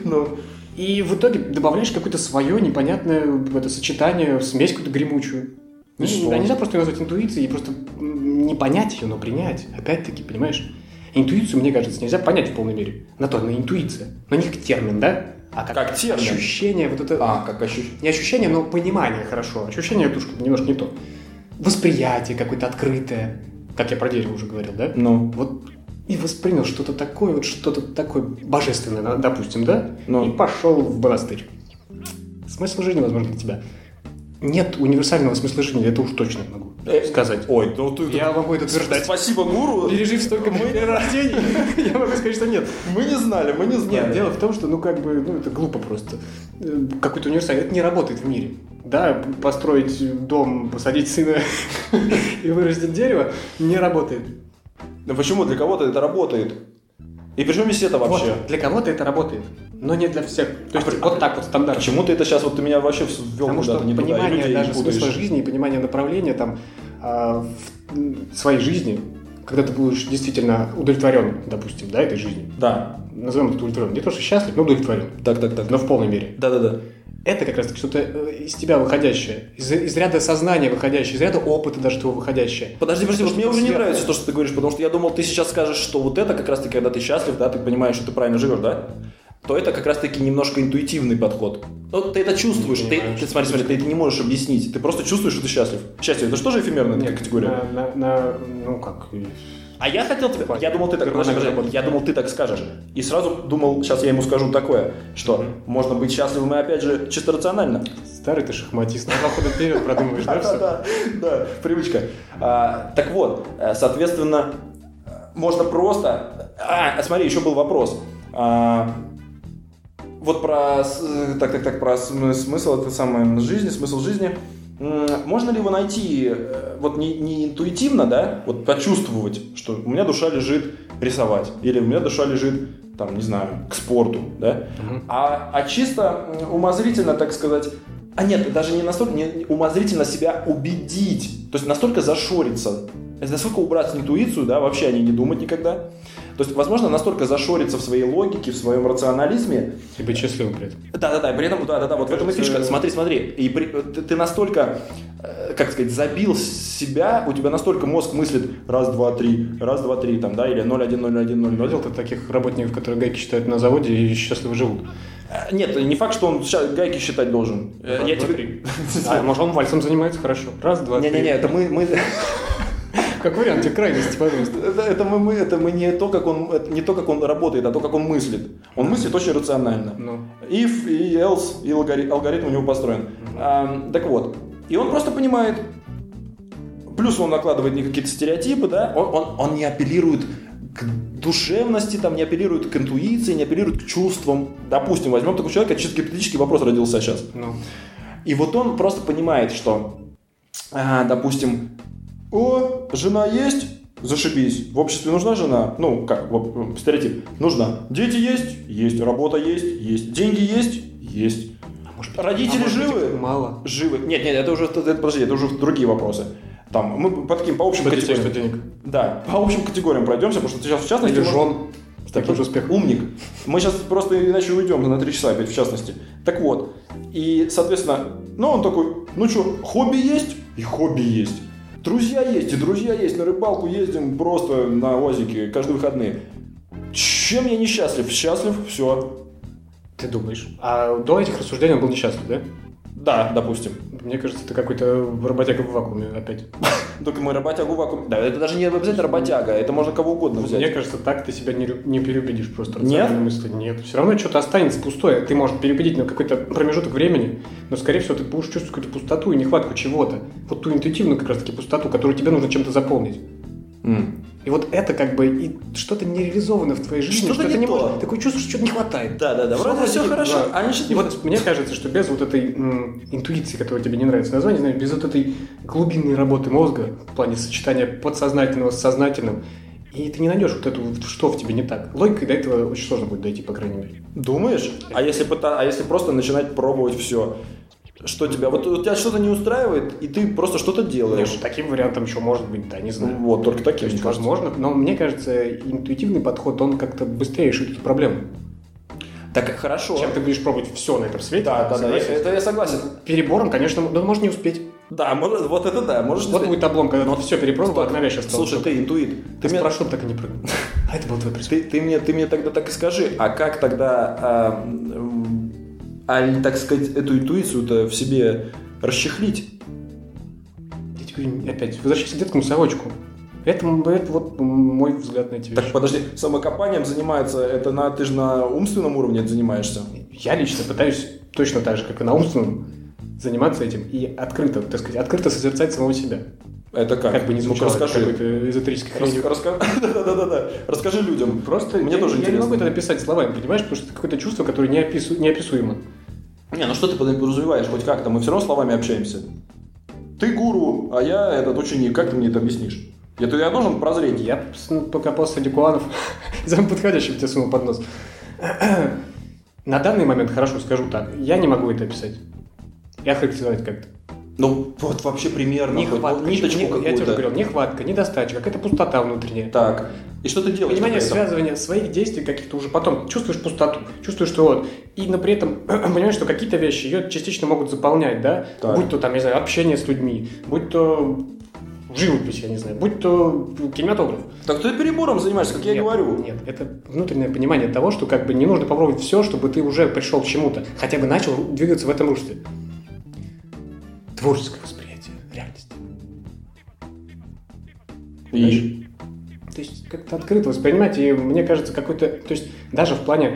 И в итоге добавляешь какое-то свое непонятное сочетание, смесь какую-то гремучую. Нельзя просто ее назвать интуицией и просто не понять ее, но принять. Опять-таки, понимаешь? Интуицию, мне кажется, нельзя понять в полной мере. Она интуиция. Но не как термин, да? А как термин. Ощущение. Как ощущение. Не ощущение, но понимание хорошо. Ощущение это немножко не то. Восприятие какое-то открытое. Как я про дерево уже говорил, да? Вот и воспринял что-то такое божественное, допустим, да? И пошел в монастырь. Смысл жизни, возможно, для тебя. Нет универсального смысла жизни, это уж точно могу сказать. Ой, я могу это утверждать. Спасибо, гуру. Пережив столько перерождений, я могу сказать, что нет. Мы не знали. Нет, дело в том, что, это глупо просто. Какой-то универсальный, это не работает в мире. Да, построить дом, посадить сына и вырастить дерево не работает. Да почему? Для кого-то это работает. И причем здесь это вообще? Для кого-то это работает, но не для всех. То есть вот так вот стандартно. Почему ты это сейчас, ты меня вообще ввел куда-то не туда? Потому что понимание даже смысла жизни и понимание направления в своей жизни, когда ты будешь действительно удовлетворен, допустим, да, этой жизнью. Да. Назовем это удовлетворен. Не то, что счастлив, но удовлетворен. Так. Но в полной мере. Да. Это как раз что-то из тебя выходящее, из ряда сознания выходящее, из ряда опыта даже твоего выходящее. Подожди, вот мне уже не нравится то, что ты говоришь, потому что я думал, ты сейчас скажешь, что вот это как раз-таки, когда ты счастлив, да, ты понимаешь, что ты правильно живешь, да, то это как раз-таки немножко интуитивный подход. Ты это чувствуешь, ты смотри, ты это не можешь объяснить, ты просто чувствуешь, что ты счастлив. Счастье, это что же эфемерная категория? А я хотел тебе... Я думал, ты так скажешь. И сразу думал, сейчас я ему скажу такое, что можно быть счастливым и опять же чисто рационально. Старый ты шахматист, на 2 хода вперед продумываешь, да? Да, привычка. Так вот, соответственно, можно просто... Смотри, еще был вопрос. Вот про смысл этой самой жизни, смысл жизни... Можно ли его найти вот не интуитивно, да, вот почувствовать, что у меня душа лежит рисовать, или у меня душа лежит, там, не знаю, к спорту, да, а чисто умозрительно, так сказать, нет, даже не настолько, не умозрительно себя убедить, то есть настолько зашориться, настолько убрать интуицию, да, вообще о ней не думать никогда. То есть, возможно, настолько зашориться в своей логике, в своем рационализме. И быть счастливым при этом. Да, при этом, вот в этом и фишка. Смотри. И ты настолько, как сказать, забил себя, у тебя настолько мозг мыслит раз, два, три, там, да, или 0, 1, 0, 1, 0, 0. Видел ты таких работников, которые гайки считают на заводе и счастливо живут? Нет, не факт, что он гайки считать должен. Раз, два, три. Может, он вальсом занимается хорошо. Раз, два, три. Не, это мы... Как вариант, тебе крайности, пожалуйста. Это мы не то, как он работает, а то, как он мыслит. Он мыслит очень рационально. If и else, и алгоритм у него построен. Так вот. И он просто понимает, Плюс он накладывает не какие-то стереотипы, да, он не апеллирует к душевности, там, не апеллирует к интуиции, не апеллирует к чувствам. Допустим, возьмем такого человека, чисто гипотетический вопрос родился сейчас. И вот он просто понимает, что, допустим, жена есть, зашибись, в обществе нужна жена, ну, как, стереотип, нужна. Дети есть, работа есть, деньги есть. Родители живы? Мало. Живы. Нет, это уже другие вопросы. Там, мы по общим категориям. Денег. Да, по общим категориям пройдемся, потому что сейчас в частности... Или жен с таким же успехом. Умник. Мы сейчас просто иначе уйдем на 3 часа опять в частности. Так вот, и, соответственно, он такой, хобби есть? И хобби есть. Друзья есть, и друзья есть. На рыбалку ездим просто на УАЗике каждые выходные. Чем я несчастлив? Счастлив, все. Ты думаешь? А до этих рассуждений он был несчастлив, да? Да, допустим. Мне кажется, это какой-то работяга в вакууме опять. Только мы работягу в вакууме. Да, это даже не обязательно работяга, это можно кого угодно взять. Мне кажется, так ты себя не переубедишь просто. Нет? Нет. Все равно что-то останется пустое. Ты можешь переубедить на какой-то промежуток времени, но, скорее всего, ты будешь чувствовать какую-то пустоту и нехватку чего-то. Вот ту интуитивную как раз-таки пустоту, которую тебе нужно чем-то заполнить. И вот это как бы и что-то нереализовано в твоей жизни, что ты не можешь. Такое чувство, что что-то не хватает. Да, вроде все хорошо. Да. И вот мне кажется, что без вот этой интуиции, которая тебе не нравится название, знаешь, без вот этой глубинной работы мозга в плане сочетания подсознательного с сознательным, и ты не найдешь вот эту, что в тебе не так. Логикой до этого очень сложно будет дойти, по крайней мере. Думаешь? А если просто начинать пробовать все? Что тебя? Вот у тебя что-то не устраивает, и ты просто что-то делаешь. Нет, таким вариантом еще может быть, да, не знаю. Вот, только таким. То есть, возможно, но мне кажется, интуитивный подход, он как-то быстрее решит эту проблему. Так хорошо. Чем ты будешь пробовать все на этом свете. Да, это я согласен. Перебором, конечно, он может не успеть. Да, вот это да, можешь не успеть. Вот будет облом, когда ты все перепробовал, а навязчиво стал. Слушай, ты интуит. Ты меня прошел, так и не прыгнул. А это был твой присутствие. Ты мне тогда так и скажи, а как тогда, так сказать, эту интуицию-то в себе расчехлить? Я тебе опять возвращайся к детскому совочку. Это вот мой взгляд на эти вещи. Так подожди, самокопанием занимается, ты же на умственном уровне занимаешься? Я лично пытаюсь точно так же, как и на умственном, заниматься этим и открыто созерцать самого себя. Это как? Как бы не звучало какой-то эзотерической хренью. Да. Расскажи людям. Просто мне тоже интересно. Я не могу это описать словами, понимаешь, потому что это какое-то чувство, которое неописуемо. Что ты подразумеваешь хоть как-то? Мы все равно словами общаемся. Ты гуру, а я этот ученик. Как ты мне это объяснишь? Я должен прозреть. Я покопался среди куанов, самым подходящим тебе сунул под нос. На данный момент, хорошо, скажу так, я не могу это описать. Я характеризовать как-то. Вот вообще примерно. Нехватка. Я тебе говорил, нехватка, недостача, какая-то пустота внутренняя. Так. И что ты делаешь? Понимание связывания своих действий каких-то уже потом. Чувствуешь пустоту, чувствуешь, что вот. И при этом понимаешь, что какие-то вещи ее частично могут заполнять, да? Так. Будь то там, не знаю, общение с людьми, будь то живопись, я не знаю, будь то кинематограф. Так ты перебором занимаешься, как я говорю. Нет, это внутреннее понимание того, что как бы не нужно попробовать все, чтобы ты уже пришел к чему-то, хотя бы начал двигаться в этом русле. Творческое восприятие реальности. И? То есть как-то открыто воспринимать, и мне кажется, какой-то, то есть даже в плане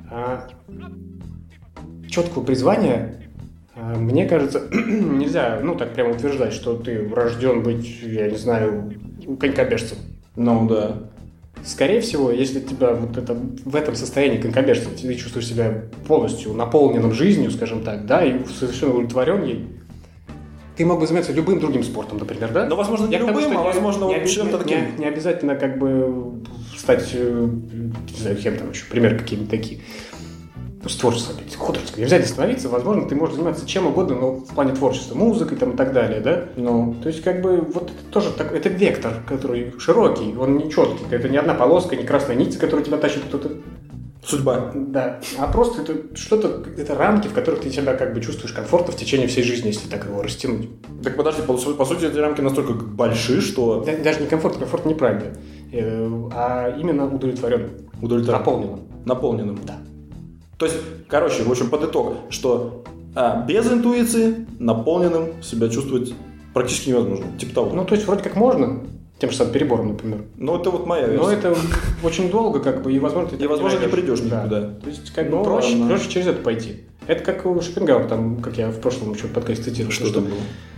четкого призвания, мне кажется, нельзя, так прямо утверждать, что ты рожден быть, я не знаю, конькобежцем. Да. Скорее всего, если тебя вот это в этом состоянии конькобежца, ты чувствуешь себя полностью наполненным жизнью, скажем так, да, и совершенно удовлетворен ей, ты мог бы заниматься любым другим спортом, например, да? Возможно, не любым, возможно, чем-то таким. Не обязательно как бы стать, не знаю, кем там еще, пример какие-нибудь такие. С творчеством, художеством. Не обязательно становиться, возможно, ты можешь заниматься чем угодно, но в плане творчества, музыкой там и так далее, да? То есть, как бы, вот это тоже это вектор, который широкий, он не четкий, это не одна полоска, не красная нить, которая тебя тащит кто-то. Судьба. Да. А просто это что-то, это рамки, в которых ты себя как бы чувствуешь комфортно в течение всей жизни, если так его растянуть. Так подожди, по сути, эти рамки настолько большие, что... Даже не комфорт неправильно, а именно удовлетворенным. Наполненным. Да. То есть, в общем, под итог, что без интуиции наполненным себя чувствовать практически невозможно. Типа того. То есть, вроде как можно, тем же самым перебором, например. Это вот моя версия. Но это очень долго, как бы, и, возможно, ты не придешь никуда. Да. То есть, как бы, проще через это пойти. Это как у Шопенгауэра, там, как я в прошлом еще подкасте цитировал. Что там было?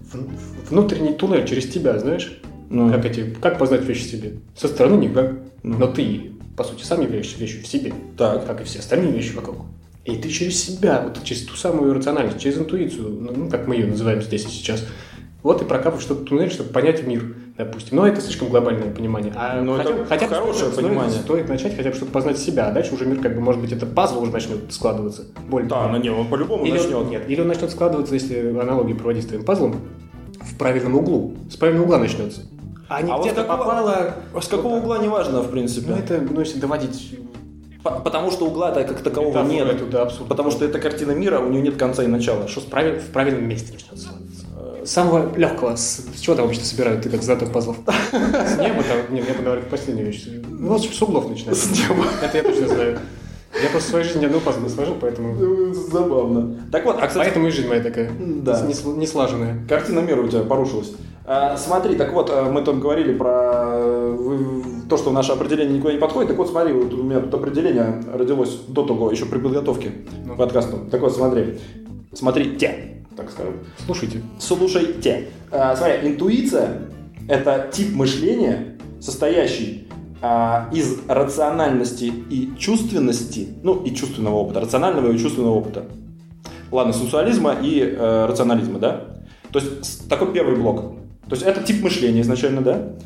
внутренний туннель через тебя, знаешь? Как познать вещи в себе? Со стороны никак. Но ты, по сути, сам являешься вещью в себе. Так. Как и все остальные вещи вокруг. И ты через себя, вот через ту самую рациональность, через интуицию, как мы ее называем здесь и сейчас, вот и прокапываешь что-то туннель, чтобы понять мир, допустим. Но это слишком глобальное понимание. Это хорошее понимание. Стоит начать хотя бы что-то познать себя, а дальше уже мир, может быть, это пазл уже начнет складываться. Он по-любому начнет. Нет, или он начнет складываться, если аналогию проводить с твоим пазлом, в правильном углу. С правильного угла начнется. А не где-то попало... С какого угла не важно, в принципе. Если доводить... Потому что угла-то как такового нет. Потому что эта картина мира, у нее нет конца и начала. Что в правильном месте начнется складываться. Самого легкого. С чего там обычно собирают? Ты как знаток пазлов? С неба там? Мне подавали последнюю вещь. С углов начинается. С неба. Это я точно знаю. Я просто в своей жизни ни одного пазла не сложил, поэтому... Забавно. Так вот, кстати... Поэтому и жизнь моя такая. Да. Не слаженная. Картина мира у тебя порушилась. Смотри, так вот, мы там говорили про то, что наше определение никуда не подходит. Так вот, смотри, вот у меня тут определение родилось до того, еще при подготовке к подкасту. Так вот, смотрите, так скажем. Слушайте. Слушайте. Смотри, интуиция – это тип мышления, состоящий из рациональности и чувственности, и чувственного опыта, рационального и чувственного опыта. Ладно, сенсуализма и рационализма, да? То есть такой первый блок. То есть это тип мышления изначально,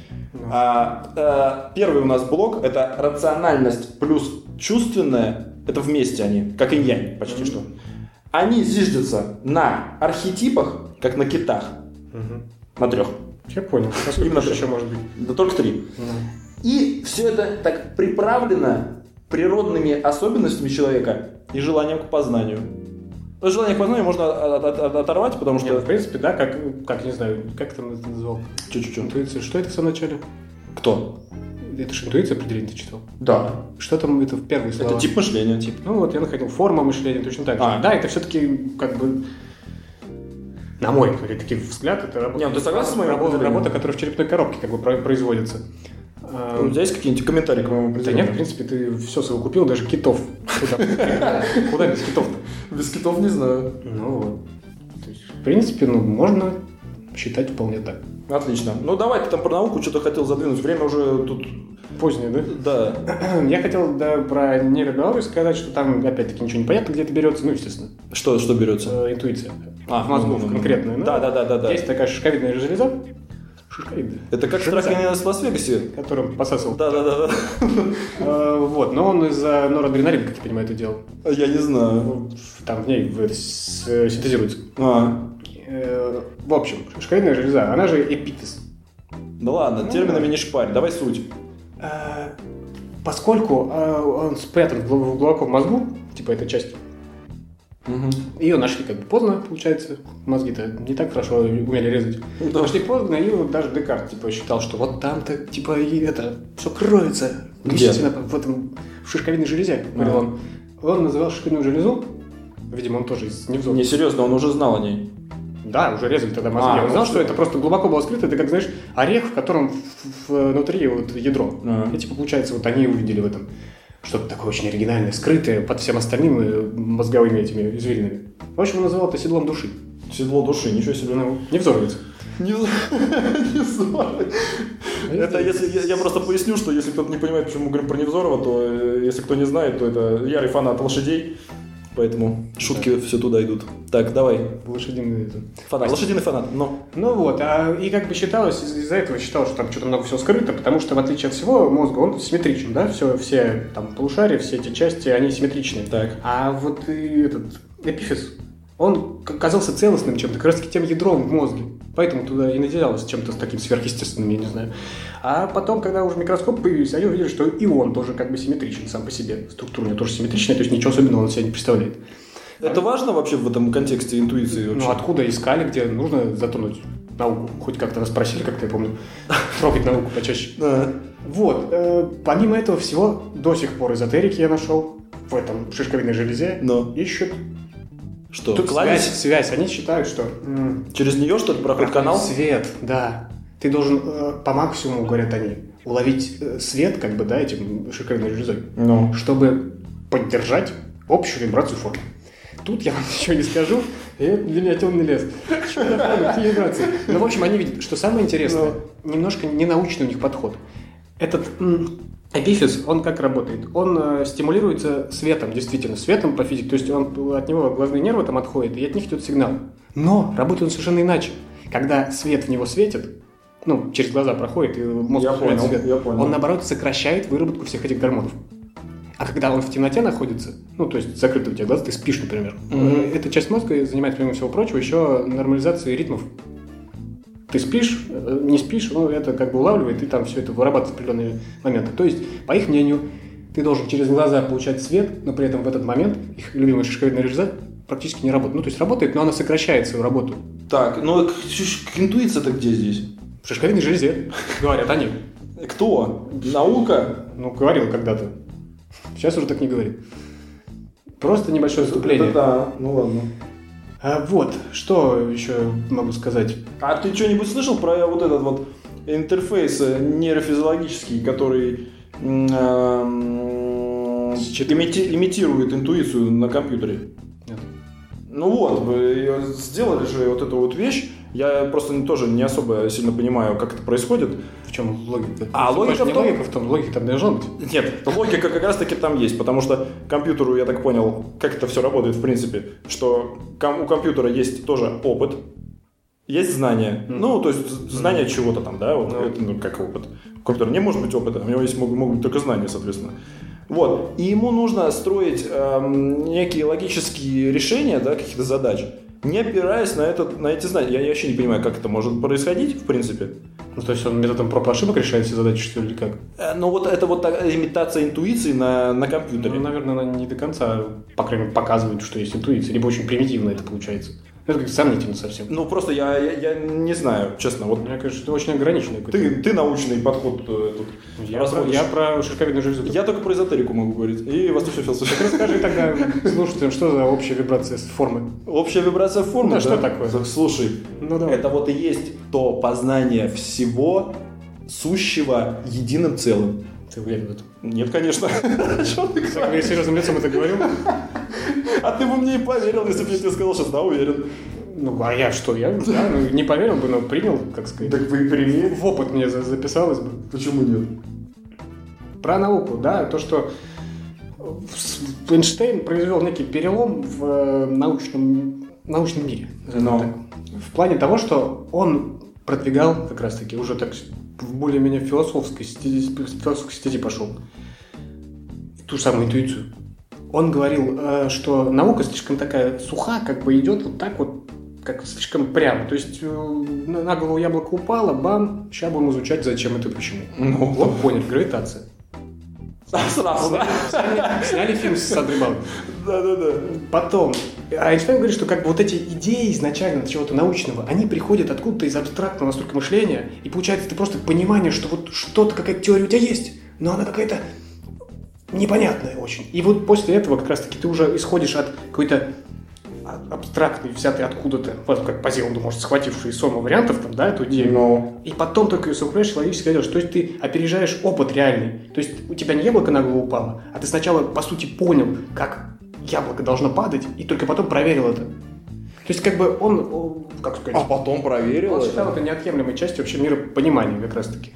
да? Первый у нас блок – это рациональность плюс чувственное, это вместе они, как инь-янь почти что. Они зиждятся на архетипах, как на китах, на 3. Я понял. Именно еще может быть. Да только 3. И все это так приправлено природными особенностями человека и желанием к познанию. Но желание к познанию можно оторвать, потому что... в принципе, да, как не знаю, как ты это назвал? Интуиция. Что это в самом начале? Кто? Это же интуиция определение ты читал? Да. Что там это в первые слова? Это тип мышления. Я находил форма мышления, точно так же. Да, это все-таки на мой такой взгляд, это работа. Ты согласен с моим работа, которая в черепной коробке производится. У тебя есть какие-нибудь комментарии к моему определению? Да нет, в принципе, ты все совокупил, даже китов. Куда без китов-то? Без китов не знаю. То есть, в принципе, можно считать вполне так. Отлично. Давай, ты там про науку что-то хотел задвинуть. Время уже тут... Позднее, да? Да. Я хотел про нейробиологию сказать, что там, опять-таки, ничего не понятно, где это берется. Естественно. Что берется? Интуиция. Мозгов конкретная. Да. Есть такая шишковидная железа. Шишковидная. Это как трахание в Лас-Вегасе? Которым посасывал. Да. Но он из-за норадреналина, как я понимаю, это делал. Я не знаю. Там в ней синтезируется. В общем, шишковидная железа, она же эпифиз. Да ладно, терминами не шпарь, давай суть. Поскольку он спрятан глубоко в мозгу, этой части, ее нашли поздно, получается, мозги-то не так хорошо умели резать. Да. Нашли поздно, и даже Декарт считал, что вот там-то все кроется. Действительно, в шишковидной железе, говорил он. Он называл шишковидную железу, видимо, он тоже из невзора. Не, серьезно, он уже знал о ней. Да, уже резали тогда мозги. Он знал, что это просто глубоко было скрыто. Это как, знаешь, орех, в котором внутри ядро. И получается, они увидели в этом что-то такое очень оригинальное, скрытое под всем остальным мозговыми этими извилинами. В общем, он называл это седлом души. Седло души, ничего себе. Невзоровец. Это если я просто поясню, что если кто-то не понимает, почему мы говорим про Невзорова, то если кто не знает, то это ярый фанат лошадей. Поэтому шутки все туда идут. Так, давай. Лошадиный фанат. Лошадиный фанат. И считалось, из-за этого считалось, что там что-то много всего скрыто, потому что в отличие от всего мозга он симметричен, да, все там полушария, все эти части, они симметричны. Так. А вот и этот эпифиз, он казался целостным чем-то, как раз таки тем ядром в мозге. Поэтому туда и наделялось чем-то таким сверхъестественным, я не знаю. А потом, когда уже микроскоп появился, они увидели, что и он тоже симметричен сам по себе. Структура у него тоже симметричная, то есть ничего особенного он себя не представляет. Это важно вообще в этом контексте интуиции? Вообще? Откуда искали, где нужно затронуть науку? Хоть как-то нас спросили, как-то я помню, трогать науку почаще. Помимо этого всего, до сих пор эзотерики я нашел в этом шишковидной железе. Ищут. Что? Связь. Они считают, что... Через нее, что ли, проходит канал? Свет, да. Ты должен по максимуму, говорят они, уловить свет, этим шишковидной железой, чтобы поддержать общую вибрацию формы. тут я вам ничего не скажу, и это для меня темный лес. Какие вибрации? Ну, в общем, они видят, что самое интересное, немножко ненаучный у них подход. Этот эпифиз, он как работает? Он стимулируется светом, действительно, светом по физике, то есть от него глазные нервы там отходят, и от них идет сигнал. Но работает он совершенно иначе. Когда свет в него светит, через глаза проходит, и мозг понял свет, он, наоборот, сокращает выработку всех этих гормонов. А когда он в темноте находится, то есть закрыты у тебя глаза, ты спишь, например, эта часть мозга занимает, помимо всего прочего, еще нормализацией ритмов. Ты спишь, не спишь, это как бы улавливает, и там все это вырабатывает в определенные моменты. То есть, по их мнению, ты должен через глаза получать свет, но при этом в этот момент их любимая шишковидная железа практически не работает. То есть работает, но она сокращает свою работу. Так, интуиция-то где здесь? В шишковидной железе, говорят они. Кто? Наука? Говорил когда-то. Сейчас уже так не говорит. Просто небольшое вступление. Да, ладно. Что еще могу сказать? А ты что-нибудь слышал про вот этот вот интерфейс нейрофизиологический, который имитирует интуицию на компьютере? Нет. Сделали же вот эту вот вещь. Я просто тоже не особо сильно понимаю, как это происходит. В чем логика? Логика логика там должна быть. Нет, логика как раз таки там есть, потому что компьютеру, я так понял, как это все работает в принципе, что у компьютера есть тоже опыт, есть знания. То есть знания чего-то там, да, это как опыт. У компьютера не может быть опыта, у него могут быть только знания, соответственно. И ему нужно строить некие логические решения, да, каких-то задач, не опираясь на эти знания. Я вообще не понимаю, как это может происходить, в принципе. То есть он методом проб и ошибок решает все задачи, что ли, или как? Это имитация интуиции на компьютере. Наверное, она не до конца, по крайней мере, показывает, что есть интуиция, либо очень примитивно это получается. Это как-то сомнительно совсем. Просто я не знаю, честно. Мне кажется, что очень ограниченный какой-то. Ты научный подход тут. Я про шишковидную железу. Я только про эзотерику могу говорить. И восточную философию. Расскажи тогда слушателям, что за общая вибрация формы? Общая вибрация формы? Да, что такое? Слушай, это и есть то познание всего сущего единым целым. Ты уверен в этом? Нет, конечно. Я серьезным лицом это говорю. А ты бы мне и поверил, если бы я тебе сказал, что да, уверен. А я что? Я не поверил бы, но принял, как сказать. Так вы прими. В опыт мне записалось бы. Почему нет? Про науку, да, то, что Эйнштейн произвел некий перелом в научном мире. В плане того, что он продвигал как раз-таки уже так в более-менее философской стези пошел. Ту же самую интуицию. Он говорил, что наука слишком такая суха, как бы идет вот так вот, как слишком прямо. То есть на голову яблоко упало, бам, сейчас будем изучать, зачем это и почему. Понял, гравитация. Сразу, да? Сняли фильм с Сандрой Баллок. Да. Потом, Эйнштейн говорит, что как бы вот эти идеи изначально чего-то научного, они приходят откуда-то из абстрактного настолько мышления, и получается это просто понимание, что вот что-то, какая-то теория у тебя есть, но она какая-то непонятная очень. И вот после этого как раз-таки ты уже исходишь от какой-то абстрактной, взятой откуда-то, как по Зеланду, может, схвативший из сома вариантов, там, да, эту идею, и потом только ее совокупляешь логически делаешь. То есть ты опережаешь опыт реальный. То есть у тебя не яблоко на голову упало, а ты сначала, по сути, понял, как яблоко должно падать, и только потом проверил это. То есть как бы он, как сказать... А потом проверил он считал это неотъемлемой частью вообще миропонимания как раз-таки.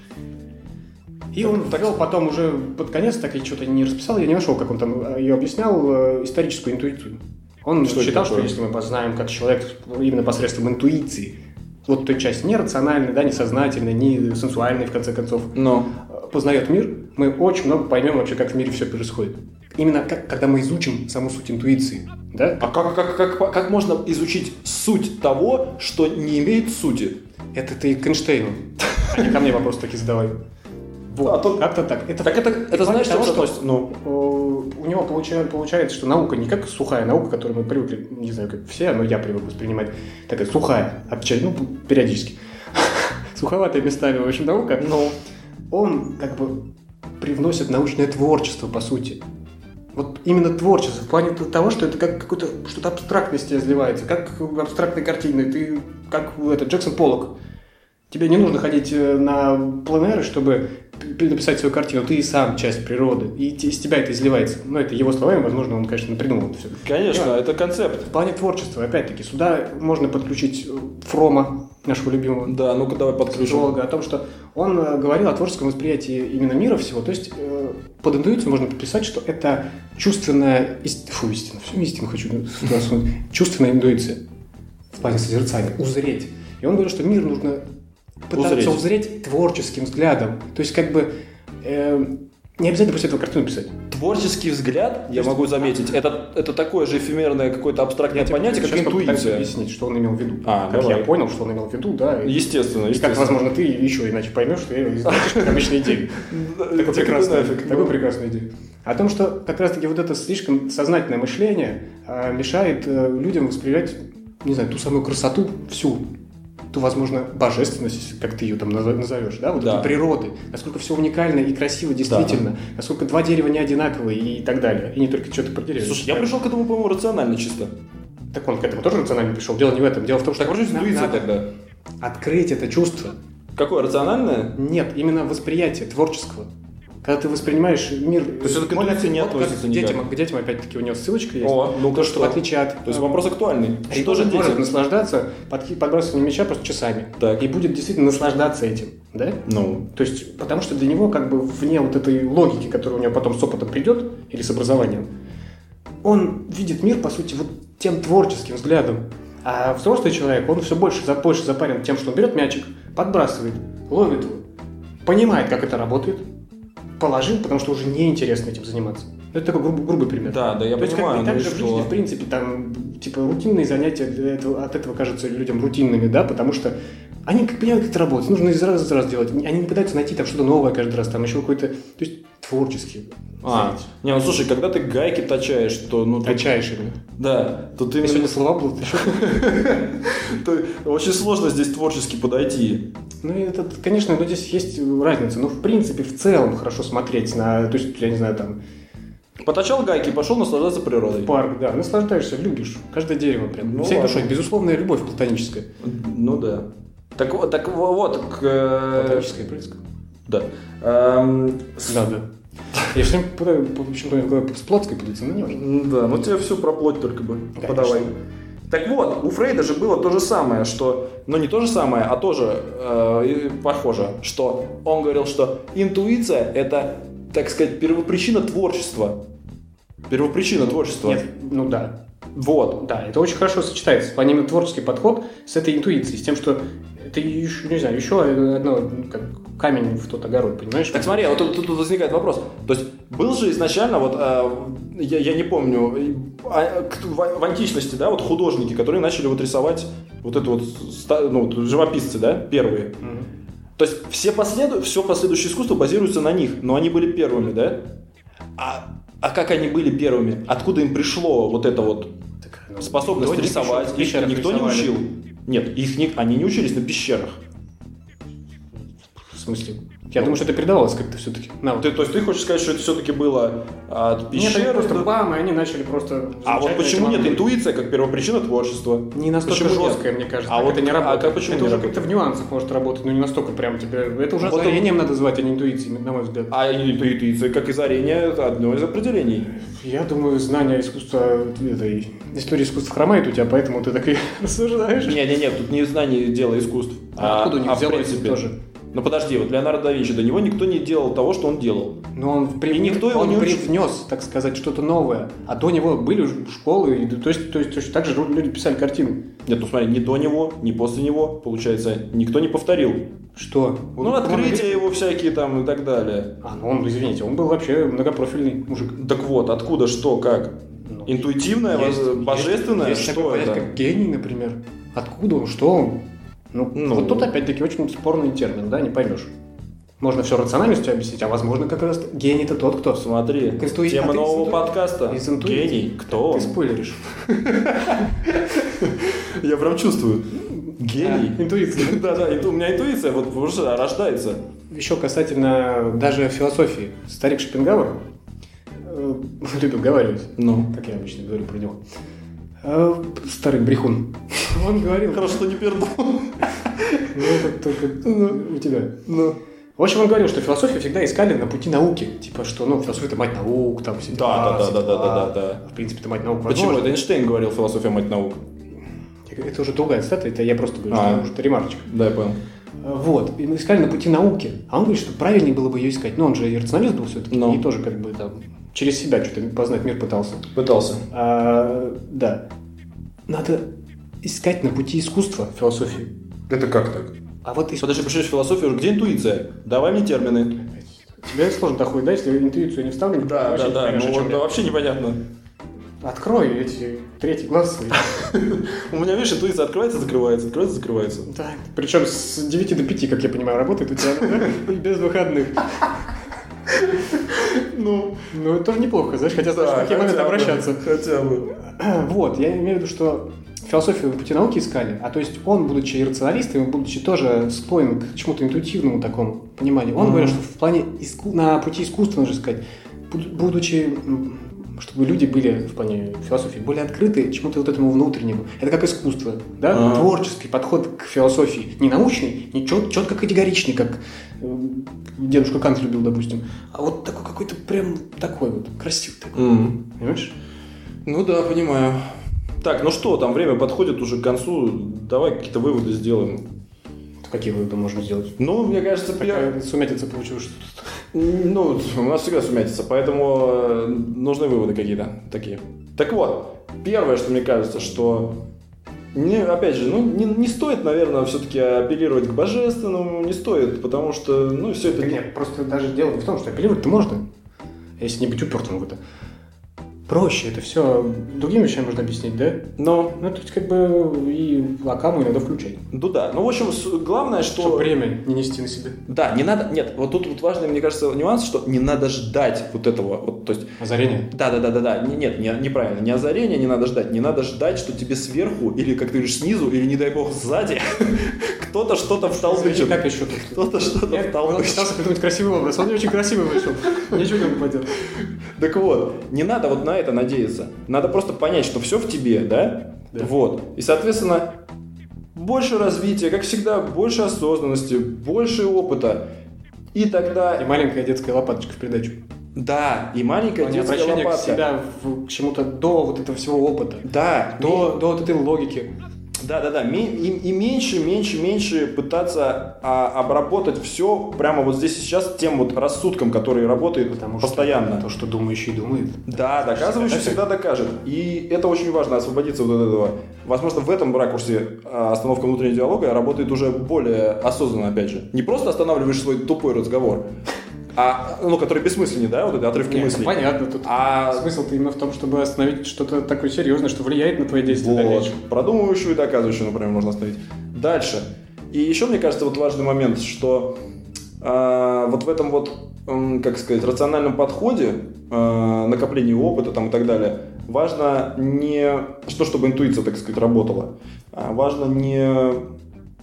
И он ввел потом уже под конец, так я что-то не расписал, я не нашел, как он там ее объяснял, историческую интуицию. Он считал, что если мы познаем, как человек именно посредством интуиции, вот той части не рациональной, да, не сознательной, не сенсуальной, в конце концов, познает мир, мы очень много поймем вообще, как в мире все происходит. Именно когда мы изучим саму суть интуиции. Да? А как можно изучить суть того, что не имеет сути? Это ты к Эйнштейну, а не ко мне вопрос таки задавай. Вот, как-то так. Это знаешь, что относится? У него получается, что наука не как сухая наука, которую мы привыкли, не знаю, как все, но я привык воспринимать, такая сухая, периодически. Суховатая местами, в общем, наука, но он как бы привносит научное творчество, по сути. Вот именно творчество, в плане того, что это как какое-то что-то абстрактное из тебя изливается, как в абстрактной картине, ты как Джексон Поллок. Тебе не нужно ходить на пленэры, чтобы написать свою картину, ты и сам часть природы, и из тебя это изливается. Ну, это его словами, возможно, он, конечно, придумал это все. Конечно, это концепт. В плане творчества, опять-таки, сюда можно подключить Фрома, нашего любимого. Да, ну-ка давай подключим. О том, что он говорил о творческом восприятии именно мира всего. То есть под интуицию можно подписать, что это чувственная... истину хочу сюда сунуть. Чувственная интуиция в плане созерцания. Узреть. И он говорит, что мир нужно пытаться узреть творческим взглядом. То есть, как бы, не обязательно после этого картину писать. Творческий взгляд, я могу заметить, это такое же эфемерное какое-то абстрактное понятие, как интуиция. Объяснить, что он имел в виду. Как давай. Я понял, что он имел в виду, да. Естественно. И как, возможно, ты еще иначе поймешь, что я изначишь как обычная идея. Такой прекрасная идея. О том, что как раз-таки вот это слишком сознательное мышление мешает людям воспринимать, не знаю, ту самую красоту всю. Ту, возможно, божественность, как ты ее там назовешь, да, вот этой природы, насколько все уникально и красиво действительно, насколько два дерева не одинаковые и так далее, и не только что-то потеряли. Слушай, я пришел к этому, по-моему, рационально чисто. Так он к этому тоже рационально пришел. Дело не в этом, дело в том, что... Так может интуиция тогда? Открыть это чувство. Какое, рациональное? Нет, именно восприятие творческого. Когда ты воспринимаешь мир... То есть это к интуиции не относится никак? К детям, опять-таки, у него ссылочка есть. Ну-ка что в отличие от... То есть вопрос актуальный. Что же может наслаждаться подбрасыванием мяча просто часами. Так. И будет действительно наслаждаться этим. Да? Ну. То есть, потому что для него, как бы, вне вот этой логики, которая у него потом с опытом придет, или с образованием, он видит мир, по сути, вот тем творческим взглядом. А взрослый человек, он все больше запарен тем, что он берет мячик, подбрасывает, ловит его, понимает, как это работает, положил, потому что уже неинтересно этим заниматься. Это такой грубый пример. Да, я понимаю. То есть, как бы, и так же в жизни, в принципе, там, типа, рутинные занятия от этого кажутся людям рутинными, да, потому что они понимают, как это работает, нужно из раза в раз делать. Они не пытаются найти там что-то новое каждый раз, там еще какой-то, то есть, творческий. Не, ну слушай, когда ты гайки точаешь, то... Точаешь именно. Да, то ты... Я сегодня слова был, Очень сложно здесь творчески подойти. Ну, это, конечно, здесь есть разница, но в принципе, в целом хорошо смотреть на, то есть, я не знаю, там... Поточал гайки, пошел наслаждаться природой. Парк, да, наслаждаешься, любишь. Каждое дерево прям. Всей душой. Безусловная любовь платоническая. Ну да. Так вот, Платоническая и близко. Да. Да. Я все время почему-то с плотской путаться, но не важно. Да, ну тебе все про плоть только бы подавай. Так вот, у Фрейда же было то же самое, что... Ну, не то же самое, а тоже похоже, что он говорил, что интуиция – это, так сказать, первопричина творчества. Первопричина творчества. Нет, ну да. Вот. Да, это очень хорошо сочетается. Именно творческий подход с этой интуицией, с тем, что это еще, не знаю, еще одно, как камень в тот огород, понимаешь? Так смотри, вот тут возникает вопрос. То есть был же изначально, вот я не помню, в античности, да, вот художники, которые начали вот рисовать вот это вот, ну, живописцы, да, первые. Mm-hmm. То есть все последующее искусство базируется на них, но они были первыми, да? А как они были первыми? Откуда им пришло вот это вот способность рисовать? Их никто не учил? Нет, они не учились на пещерах. В смысле? Я думаю, что это передавалось как-то все-таки. То есть ты хочешь сказать, что это все-таки было от пещеры? Нет, они просто бам, и они начали просто... А вот почему нет интуиция как первопричина творчества? Не настолько жесткая, мне кажется. А вот это не работает. А почему это уже как-то в нюансах может работать, но не настолько прям тебе... Это уже вот озарением надо звать, а не интуицией, на мой взгляд. А интуиция, как озарение, это одно из определений. Я думаю, знание искусства, история искусства хромает у тебя, поэтому ты так и рассуждаешь. Нет, тут не знание дела искусств. Откуда у них взялось тоже? Ну подожди, вот Леонардо да Винчи, до него никто не делал того, что он делал. Но он привнес, так сказать, что-то новое. А до него были школы, то есть так же люди писали картины. Нет, ну смотри, ни до него, ни после него, получается, никто не повторил. Что? Ну, открытия его всякие там и так далее. Извините, он был вообще многопрофильный мужик. Так вот, откуда, что, как? Интуитивное, божественное, есть что это? Как гений, например. Откуда он, что он? Вот тут опять-таки очень спорный термин, да, не поймешь. Можно все рациональностью объяснить, а возможно как раз гений-то тот, кто... Смотри, тема нового подкаста. Гений, кто он? Ты спойлеришь. Я прям чувствую. Гений. Интуиция. Да, у меня интуиция вот уже рождается. Еще касательно даже философии. Старик Шопенгауэр любил говорить, как я обычно говорю про него. Старый брехун. Он говорил... Хорошо, что не пердун. Это только у тебя. В общем, он говорил, что философию всегда искали на пути науки. Типа, что, философия – это мать наук, там все Да. В принципе, это мать наук. Почему? Это Эйнштейн говорил, философия – мать наук. Это уже другая цитата, это я просто говорю, что это ремарочка. Да, я понял. Вот, и мы искали на пути науки. А он говорит, что правильнее было бы ее искать. Он же и рационалист был все-таки, и тоже как бы там через себя что-то познать мир пытался. Да. Надо искать на пути искусства философии. Это как так? Подожди, пришли в философию, где интуиция? Давай мне термины. Тебе сложно доходит, да, если интуицию не вставлю? Да, вообще непонятно. Открой эти третий глаз свой. У меня, видишь, интуиция открывается, закрывается. Да, причем с 9 до 5, как я понимаю, работает у тебя, без выходных. Это тоже неплохо, знаешь, хотя знаешь, в какие моменты обращаться. Хотя бы. Вот, я имею в виду, что философию на пути науки искали, а то есть он, будучи рационалистом, будучи тоже склонен к чему-то интуитивному такому пониманию, он говорил, что в плане на пути искусства нужно искать, будучи, чтобы люди были в плане философии более открыты чему-то вот этому внутреннему. Это как искусство, да? Творческий подход к философии. Не научный, не четко категоричный, как дедушка Кант любил, допустим, а вот такой какой-то прям такой вот, красивый такой. Понимаешь? Ну да, понимаю. Так, там время подходит уже к концу. Давай какие-то выводы сделаем. Какие выводы можно сделать? Мне кажется, сумятица получилась что-то. У нас всегда сумятица, поэтому нужны выводы какие-то такие. Так вот, первое, что мне кажется, что опять же, не стоит, наверное, все-таки апеллировать к божественному, не стоит, потому что, все это... Нет, просто даже дело не в том, что апеллировать-то можно, если не быть упертым в это. Проще, это все другими вещами можно объяснить, да? Ну, то есть, как бы, и Лакаму иногда включать. Да. В общем, главное, что... Чтобы время не нести на себе. Да, не надо... Нет, вот тут важный, мне кажется, нюанс, что не надо ждать вот этого, то есть... Озарение? Да. Нет, неправильно. Не озарение не надо ждать. Не надо ждать, что тебе сверху, или, как ты говоришь, снизу, или, не дай бог, сзади кто-то что-то втолкнет. Как еще тут? Кто-то что-то втолкнет. Я пытался придумать красивый образ. Он не очень красивый вышел. Ничего не поделать. Так вот, не надо вот на это надеяться. Надо просто понять, что все в тебе, да? Вот. И, соответственно, больше развития, как всегда, больше осознанности, больше опыта. И тогда... И маленькая детская лопаточка в придачу. Да, и маленькая детская лопатка. Обращение к себя к чему-то до вот этого всего опыта. Да. До вот этой логики. Да. И меньше пытаться обработать все прямо вот здесь и сейчас тем вот рассудком, который работает постоянно. То, что думающий думает. Да, доказывающий всегда докажет. И это очень важно, освободиться вот от этого. Возможно, в этом ракурсе остановка внутреннего диалога работает уже более осознанно, опять же. Не просто останавливаешь свой тупой разговор, который бессмысленный, да, вот эти отрывки мыслей. Понятно, тут смысл-то именно в том, чтобы остановить что-то такое серьезное, что влияет на твои действия дальнейшие. Продумывающую и доказывающую, например, можно остановить. Дальше. И еще, мне кажется, вот важный момент, что вот в этом вот, как сказать, рациональном подходе, накоплении опыта там и так далее, важно не чтобы интуиция, так сказать, работала, важно не...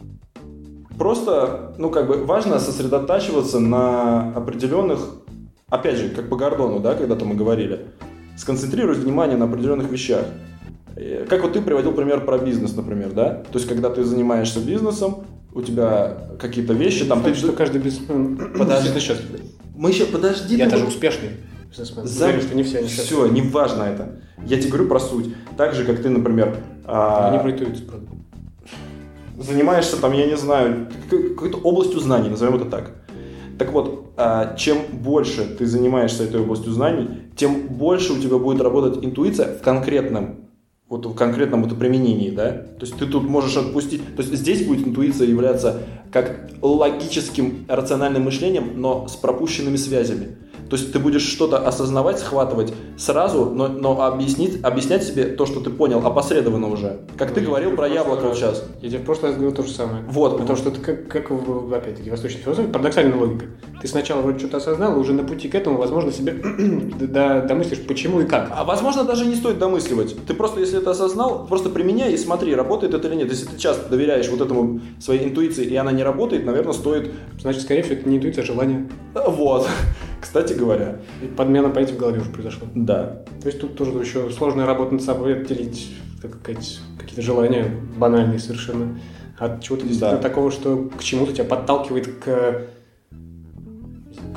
Просто, важно сосредотачиваться на определенных, опять же, как по Гордону, да, когда-то мы говорили, сконцентрировать внимание на определенных вещах. Как вот ты приводил пример про бизнес, например, да? То есть, когда ты занимаешься бизнесом, у тебя какие-то вещи, там... что каждый бизнесмен... Подожди. счастлив. Подожди. Я даже успешный бизнесмен. Уверен, что не все они счастливы. Все, не важно это. Я тебе говорю про суть. Так же, как ты, например... Они про интуицию, правда. Занимаешься там, я не знаю, какой-то областью знаний, назовем это так. Так вот, чем больше ты занимаешься этой областью знаний, тем больше у тебя будет работать интуиция в конкретном применении, да? То есть ты тут можешь отпустить... То есть здесь будет интуиция являться как логическим, рациональным мышлением, но с пропущенными связями. То есть ты будешь что-то осознавать, схватывать сразу, но объяснять себе то, что ты понял, опосредованно уже. Как ты говорил про яблоко вот сейчас. Я тебе в прошлый раз говорил то же самое. Вот. Потому что это как опять-таки, восточной философии, парадоксальная логика. Ты сначала вроде что-то осознал, и уже на пути к этому, возможно, себе домыслишь, почему и как. А возможно, даже не стоит домысливать. Ты просто, если это осознал, просто применяй и смотри, работает это или нет. Если ты часто доверяешь вот этому своей интуиции, и она не работает, наверное, стоит... Значит, скорее всего, это не интуиция, а желание. Вот. Кстати говоря. И подмена понятий в голове уже произошла. Да. То есть тут тоже еще сложная работа над собой, отделить какие-то желания банальные совершенно от чего-то действительно такого, что к чему-то тебя подталкивает к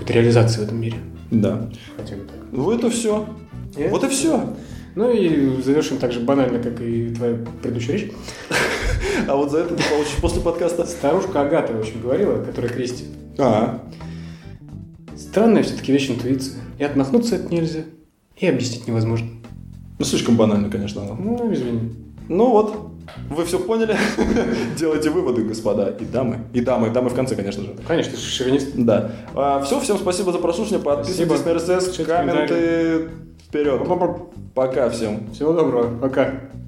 какой-то реализации в этом мире. Да. Хотя бы так. Вот и все. Вот и все. Ну и завершим так же банально, как и твоя предыдущая речь. А вот за это ты получишь после подкаста. Старушка Агата, в общем, говорила, которая крестит. Странная все-таки вещь интуиция. И отмахнуться от нельзя, и объяснить невозможно. Ну, слишком банально, конечно. Ну, извини. Ну вот, вы все поняли. Делайте выводы, господа и дамы. И дамы в конце, конечно же. Конечно, ты же шовинист. Да. Все, всем спасибо за прослушивание. Подписывайтесь на РСС, комменты. Вперед. Пока всем. Всего доброго. Пока.